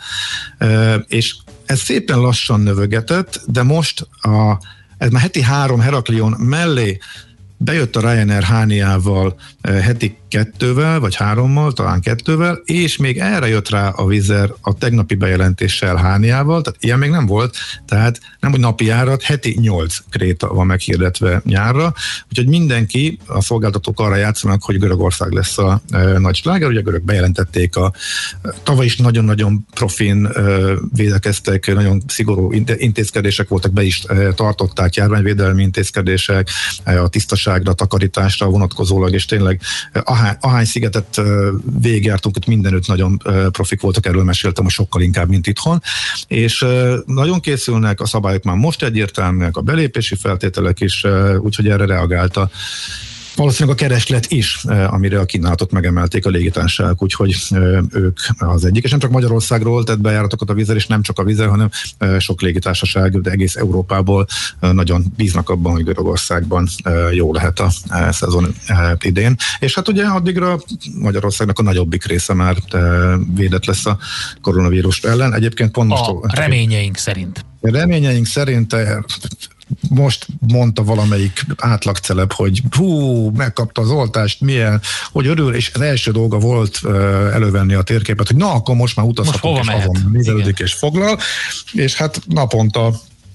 és ez szépen lassan növögetett, de most ez már heti 3 Heraklion mellé bejött a Ryanair Hániával heti 2-vel, vagy 3-mal, talán 2-vel, és még erre jött rá a Wizz Air a tegnapi bejelentéssel Hániával, tehát ilyen még nem volt, tehát nem hogy napi járat, heti 8 Kréta van meghirdetve nyárra, úgyhogy mindenki, a szolgáltatók arra játszanak, hogy Görögország lesz a nagy sláger, ugye a görög bejelentették, tavaly is nagyon-nagyon profin védekeztek, nagyon szigorú intézkedések voltak, be is tartották, járványvédelmi intézkedések, a tisztaságra, takarításra vonatkozólag, és tényleg ahány szigetet végigjártunk, itt mindenütt nagyon profik voltak, erről meséltem, hogy sokkal inkább, mint itthon, és nagyon készülnek, a szabályok már most egyértelműek, a belépési feltételek is, úgyhogy erre reagálta valószínűleg a kereslet is, amire a kínálatot megemelték a légitársaságok, úgyhogy ők az egyik, és nem csak Magyarországról tett bejáratokat a Wizz Air, és nem csak a Wizz Air, hanem sok légitársaság, de egész Európából nagyon bíznak abban, hogy Görögországban jó lehet a szezon idén. És hát ugye addigra Magyarországnak a nagyobbik része már védett lesz a koronavírus ellen. Egyébként pont most... Reményeink szerint. Reményeink szerint most mondta valamelyik átlagceleb, hogy megkapta az oltást, milyen, hogy örül, és az első dolga volt elővenni a térképet, hogy na, akkor most már utazhatunk, és azon nézelődik és foglal, és hát naponta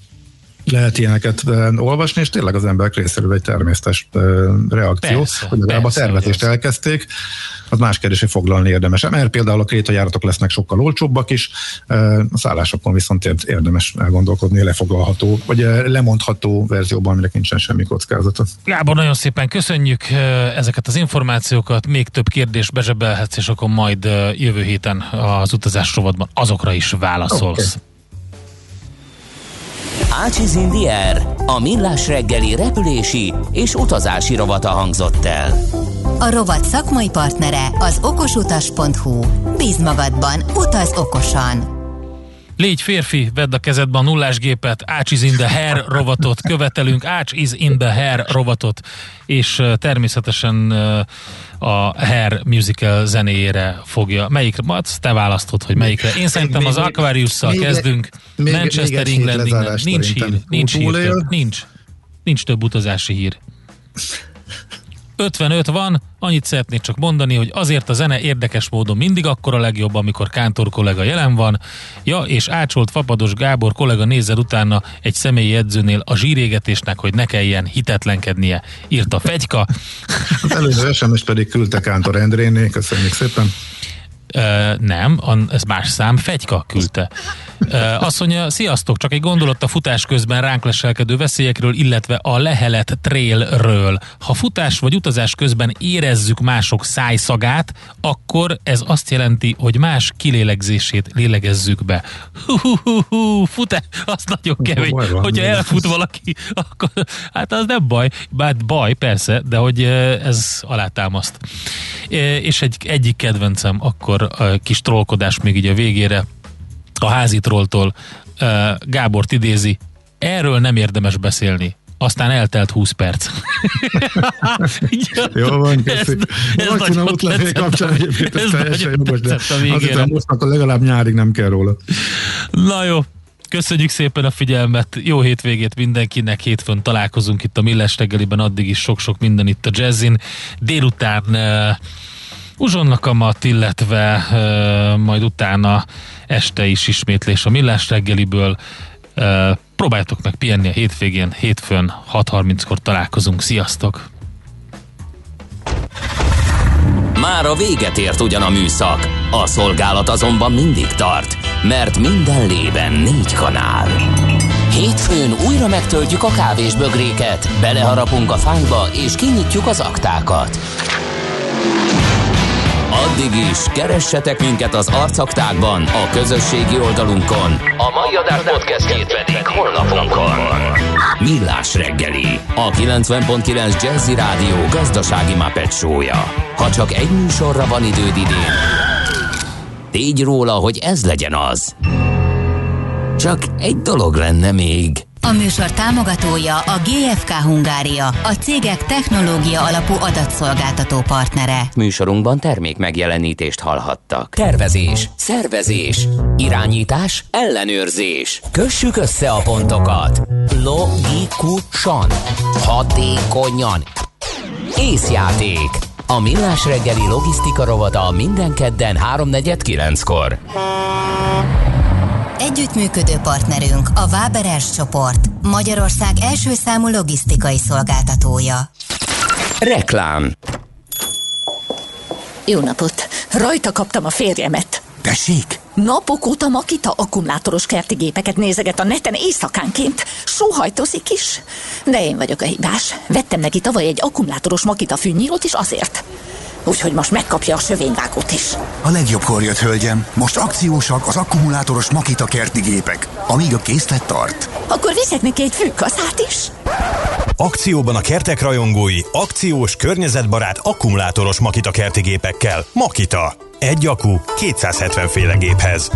lehet ilyeneket olvasni, és tényleg az emberek részéről egy természetes reakció, persze, hogy legalább a tervezést elkezdték. Az más kérdés, hogy foglalni érdemes. Mert például a Kréta járatok lesznek sokkal olcsóbbak is, a szállásokon viszont érdemes elgondolkodni, lefoglalható, vagy lemondható verzióban, aminek nincsen semmi kockázata. Gábor, nagyon szépen köszönjük ezeket az információkat, még több kérdést bezsebelhetsz, és akkor majd jövő héten az utazás rovatban azokra is válaszolsz. Okay. Ácsiz in the Air, a millás reggeli repülési és utazási rovata hangzott el. A rovat szakmai partnere az okosutas.hu. Bízd magadban, utaz okosan! Légy férfi, vedd a kezedbe a nullásgépet, Ácsiz in the Hair rovatot követelünk, Ácsiz in the Hair rovatot, és természetesen a Hair musical zenéjére fogja. Melyikre? Te választod, hogy melyikre. Én szerintem az Aquarius-szal kezdünk. Manchester, England. Nincs hír. nincs több utazási hír. 55 van, annyit szeretnék csak mondani, hogy azért a zene érdekes módon mindig akkor a legjobb, amikor Kántor kollega jelen van. Ja, és Ácsolt Fapados Gábor kollega nézzel utána egy személyi edzőnél a zsírégetésnek, hogy ne kelljen hitetlenkednie, írta Fegyka. Az előző SMS pedig küldte Kántor Endréné, köszönjük szépen. Nem, ez más szám, Fegyka küldte. Azt mondja, sziasztok, csak egy gondolat a futás közben ránk leselkedő veszélyekről, illetve a Lehelet trailről. Ha futás vagy utazás közben érezzük mások szájszagát, akkor ez azt jelenti, hogy más kilélegzését lélegezzük be. Futás, az nagyon kemény. Hogyha elfut valaki, akkor hát az nem baj. Baj, persze, de hogy ez alátámaszt. És egyik kedvencem, akkor kis trollkodás még így a végére, a házi trolltól Gábort idézi, erről nem érdemes beszélni. Aztán eltelt 20 perc. Jó van, köszönjük. Vakcina útlevél kapcsán egyébként ez teljesen jogos, de azt hiszem most akkor legalább nyárig nem kell róla. Na jó, köszönjük szépen a figyelmet, jó hétvégét mindenkinek, hétfőn találkozunk itt a Millás reggeliben, addig is sok-sok minden itt a Jazzin. Délután uzsonnakamat, illetve majd utána este is ismétlés a Millás reggeliből. Próbáljátok meg pihenni a hétvégén, hétfőn 6:30-kor találkozunk. Sziasztok! Már a véget ért ugyan a műszak, a szolgálat azonban mindig tart, mert minden lében 4 kanál. Hétfőn újra megtöltjük a kávésbögréket, beleharapunk a fánkba és kinyitjuk az aktákat. Addig is keressetek minket az arcaktákban, a közösségi oldalunkon, a mai adás podcastjét pedig honlapunkon. Millás reggeli, a 90.9 Jazzy Rádió gazdasági Muppet show-ja. Ha csak egy műsorra van időd idén, tégy róla, hogy ez legyen az. Csak egy dolog lenne még. A műsor támogatója a GFK Hungária, a cégek technológia alapú adatszolgáltató partnere. Műsorunkban termék megjelenítést hallhattak. Tervezés, szervezés, irányítás, ellenőrzés. Kössük össze a pontokat. Logikusan, hatékonyan. Észjáték. A Millás reggeli logisztika rovata minden kedden 3:49-kor. Együttműködő partnerünk a Waberers csoport, Magyarország első számú logisztikai szolgáltatója. Reklám. Jó napot! Rajta kaptam a férjemet. Tessék? Napok óta Makita akkumulátoros kerti gépeket nézeget a neten éjszakánként. Sóhajtozik is. De én vagyok a hibás. Vettem neki tavaly egy akkumulátoros Makita fűnyírót is azért. Úgyhogy most megkapja a sövényvágót is. A legjobbkor jött, hölgyem. Most akciósak az akkumulátoros Makita kerti gépek, amíg a készlet tart. Akkor viszek neki egy fűkaszát is. Akcióban a kertek rajongói, akciós, környezetbarát, akkumulátoros Makita kerti gépekkel. Makita. Egy akku 270 féle géphez.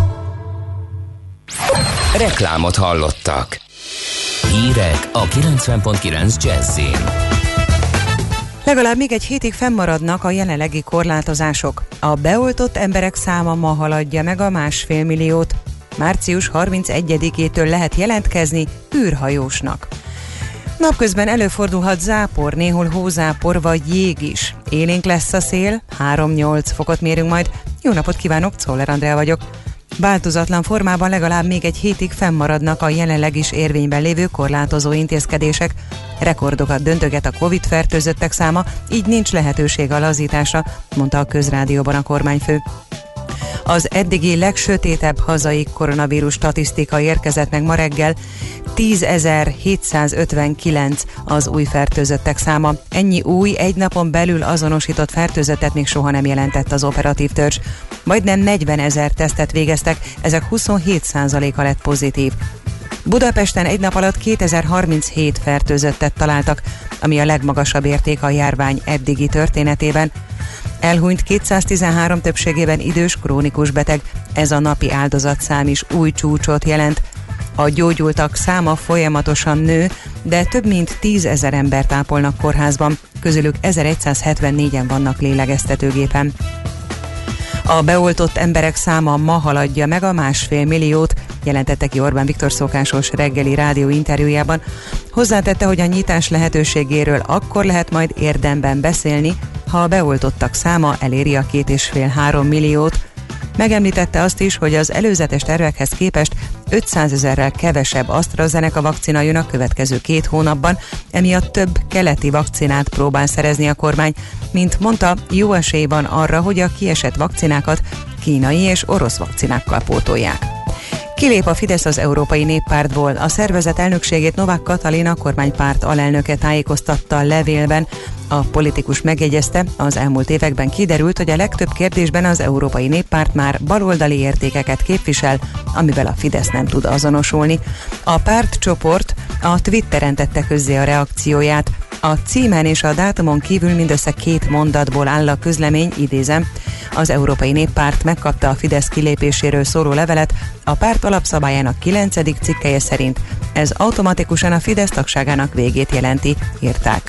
Reklámot hallottak. Hírek a 90.9 Jazzin. Legalább még egy hétig fennmaradnak a jelenlegi korlátozások. A beoltott emberek száma ma haladja meg a 1,5 milliót. Március 31-től lehet jelentkezni űrhajósnak. Napközben előfordulhat zápor, néhol hózápor vagy jég is. Élénk lesz a szél, 3-8 fokot mérünk majd. Jó napot kívánok, Czoller Andrea vagyok. Változatlan formában legalább még egy hétig fennmaradnak a jelenleg is érvényben lévő korlátozó intézkedések. Rekordokat döntöget a Covid-fertőzöttek száma, így nincs lehetőség a lazításra, mondta a Közrádióban a kormányfő. Az eddigi legsötétebb hazai koronavírus statisztika érkezett meg ma reggel, 10.759 az új fertőzöttek száma. Ennyi új, egy napon belül azonosított fertőzöttet még soha nem jelentett az operatív törzs. Majdnem 40 000 tesztet végeztek, ezek 27%-a lett pozitív. Budapesten egy nap alatt 2037 fertőzöttet találtak, ami a legmagasabb érték a járvány eddigi történetében. Elhunyt 213 többségében idős, krónikus beteg, ez a napi áldozatszám is új csúcsot jelent. A gyógyultak száma folyamatosan nő, de több mint 10 000 embert ápolnak kórházban, közülük 1174-en vannak lélegeztetőgépen. A beoltott emberek száma ma haladja meg a 1,5 milliót, jelentette ki Orbán Viktor szokásos reggeli rádió interjújában. Hozzátette, hogy a nyitás lehetőségéről akkor lehet majd érdemben beszélni, ha a beoltottak száma eléri a 2,5-3 milliót. Megemlítette azt is, hogy az előzetes tervekhez képest 500 000-rel kevesebb AstraZeneca vakcina jön a következő 2 hónapban, emiatt több keleti vakcinát próbál szerezni a kormány. Mint mondta, jó esély van arra, hogy a kiesett vakcinákat kínai és orosz vakcinákkal pótolják. Kilép a Fidesz az Európai Néppártból. A szervezet elnökségét Novák Katalin, a kormánypárt alelnöke tájékoztatta a levélben. A politikus megjegyezte, az elmúlt években kiderült, hogy a legtöbb kérdésben az Európai Néppárt már baloldali értékeket képvisel, amivel a Fidesz nem tud azonosulni. A pártcsoport a Twitteren tette közzé a reakcióját. A címen és a dátumon kívül mindössze 2 mondatból áll a közlemény, idézem. Az Európai Néppárt megkapta a Fidesz kilépéséről szóló levelet, a párt alapszabályának 9. cikkelye szerint ez automatikusan a Fidesz tagságának végét jelenti, írták.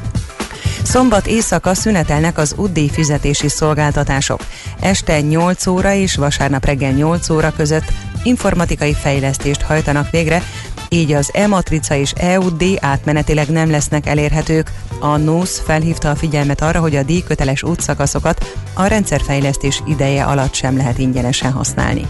Szombat éjszaka szünetelnek az UDI fizetési szolgáltatások. Este 8 óra és vasárnap reggel 8 óra között informatikai fejlesztést hajtanak végre, így az e-matrica és e-UD átmenetileg nem lesznek elérhetők. A NOSZ felhívta a figyelmet arra, hogy a díjköteles útszakaszokat a rendszerfejlesztés ideje alatt sem lehet ingyenesen használni.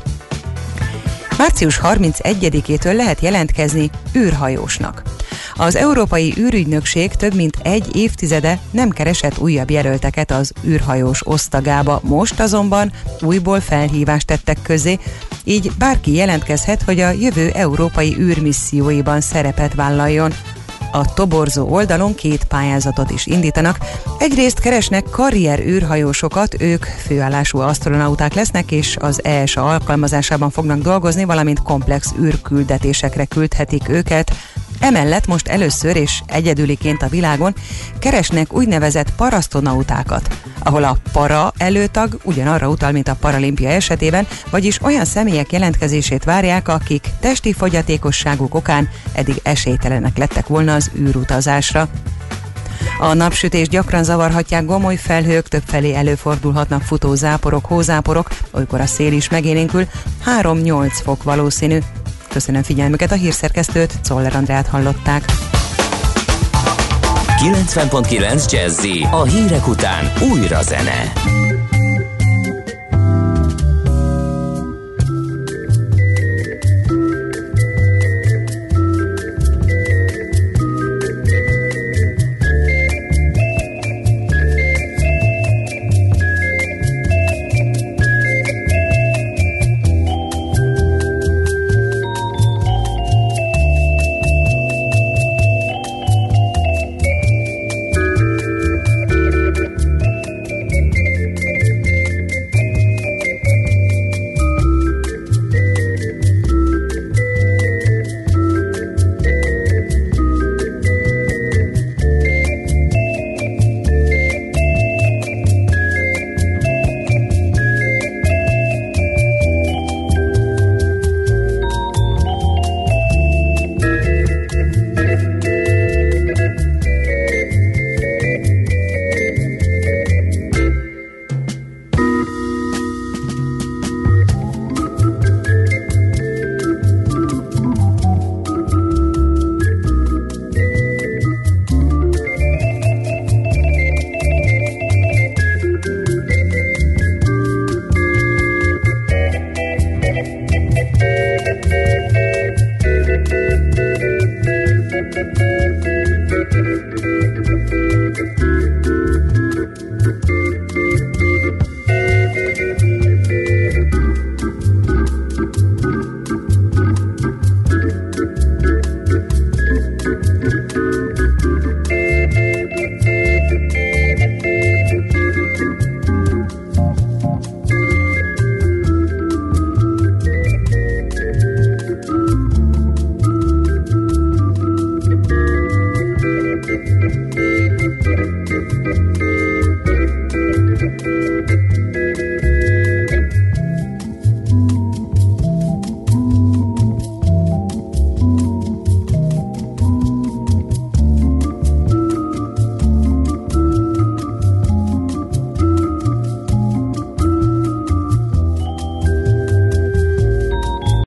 Március 31-től lehet jelentkezni űrhajósnak. Az Európai űrügynökség több mint 1 évtizede nem keresett újabb jelölteket az űrhajós osztagába, most azonban újból felhívást tettek közzé, így bárki jelentkezhet, hogy a jövő európai űrmisszióiban szerepet vállaljon. A toborzó oldalon 2 pályázatot is indítanak. Egyrészt keresnek karrier űrhajósokat, ők főállású asztronauták lesznek, és az ESA alkalmazásában fognak dolgozni, valamint komplex űrküldetésekre küldhetik őket. Emellett most először és egyedüliként a világon keresnek úgynevezett parasztonautákat, ahol a para előtag ugyanarra utal, mint a paralimpia esetében, vagyis olyan személyek jelentkezését várják, akik testi fogyatékosságuk okán eddig esélytelenek lettek volna az űrutazásra. A napsütés gyakran zavarhatják gomoly felhők, többfelé előfordulhatnak futó záporok, hózáporok, olykor a szél is megélénkül, 3-8 fok valószínű. Köszönöm figyelmüket, a hírszerkesztőt, Czoller Andrát hallották. 90.9 Jazzy, a hírek után újra zene.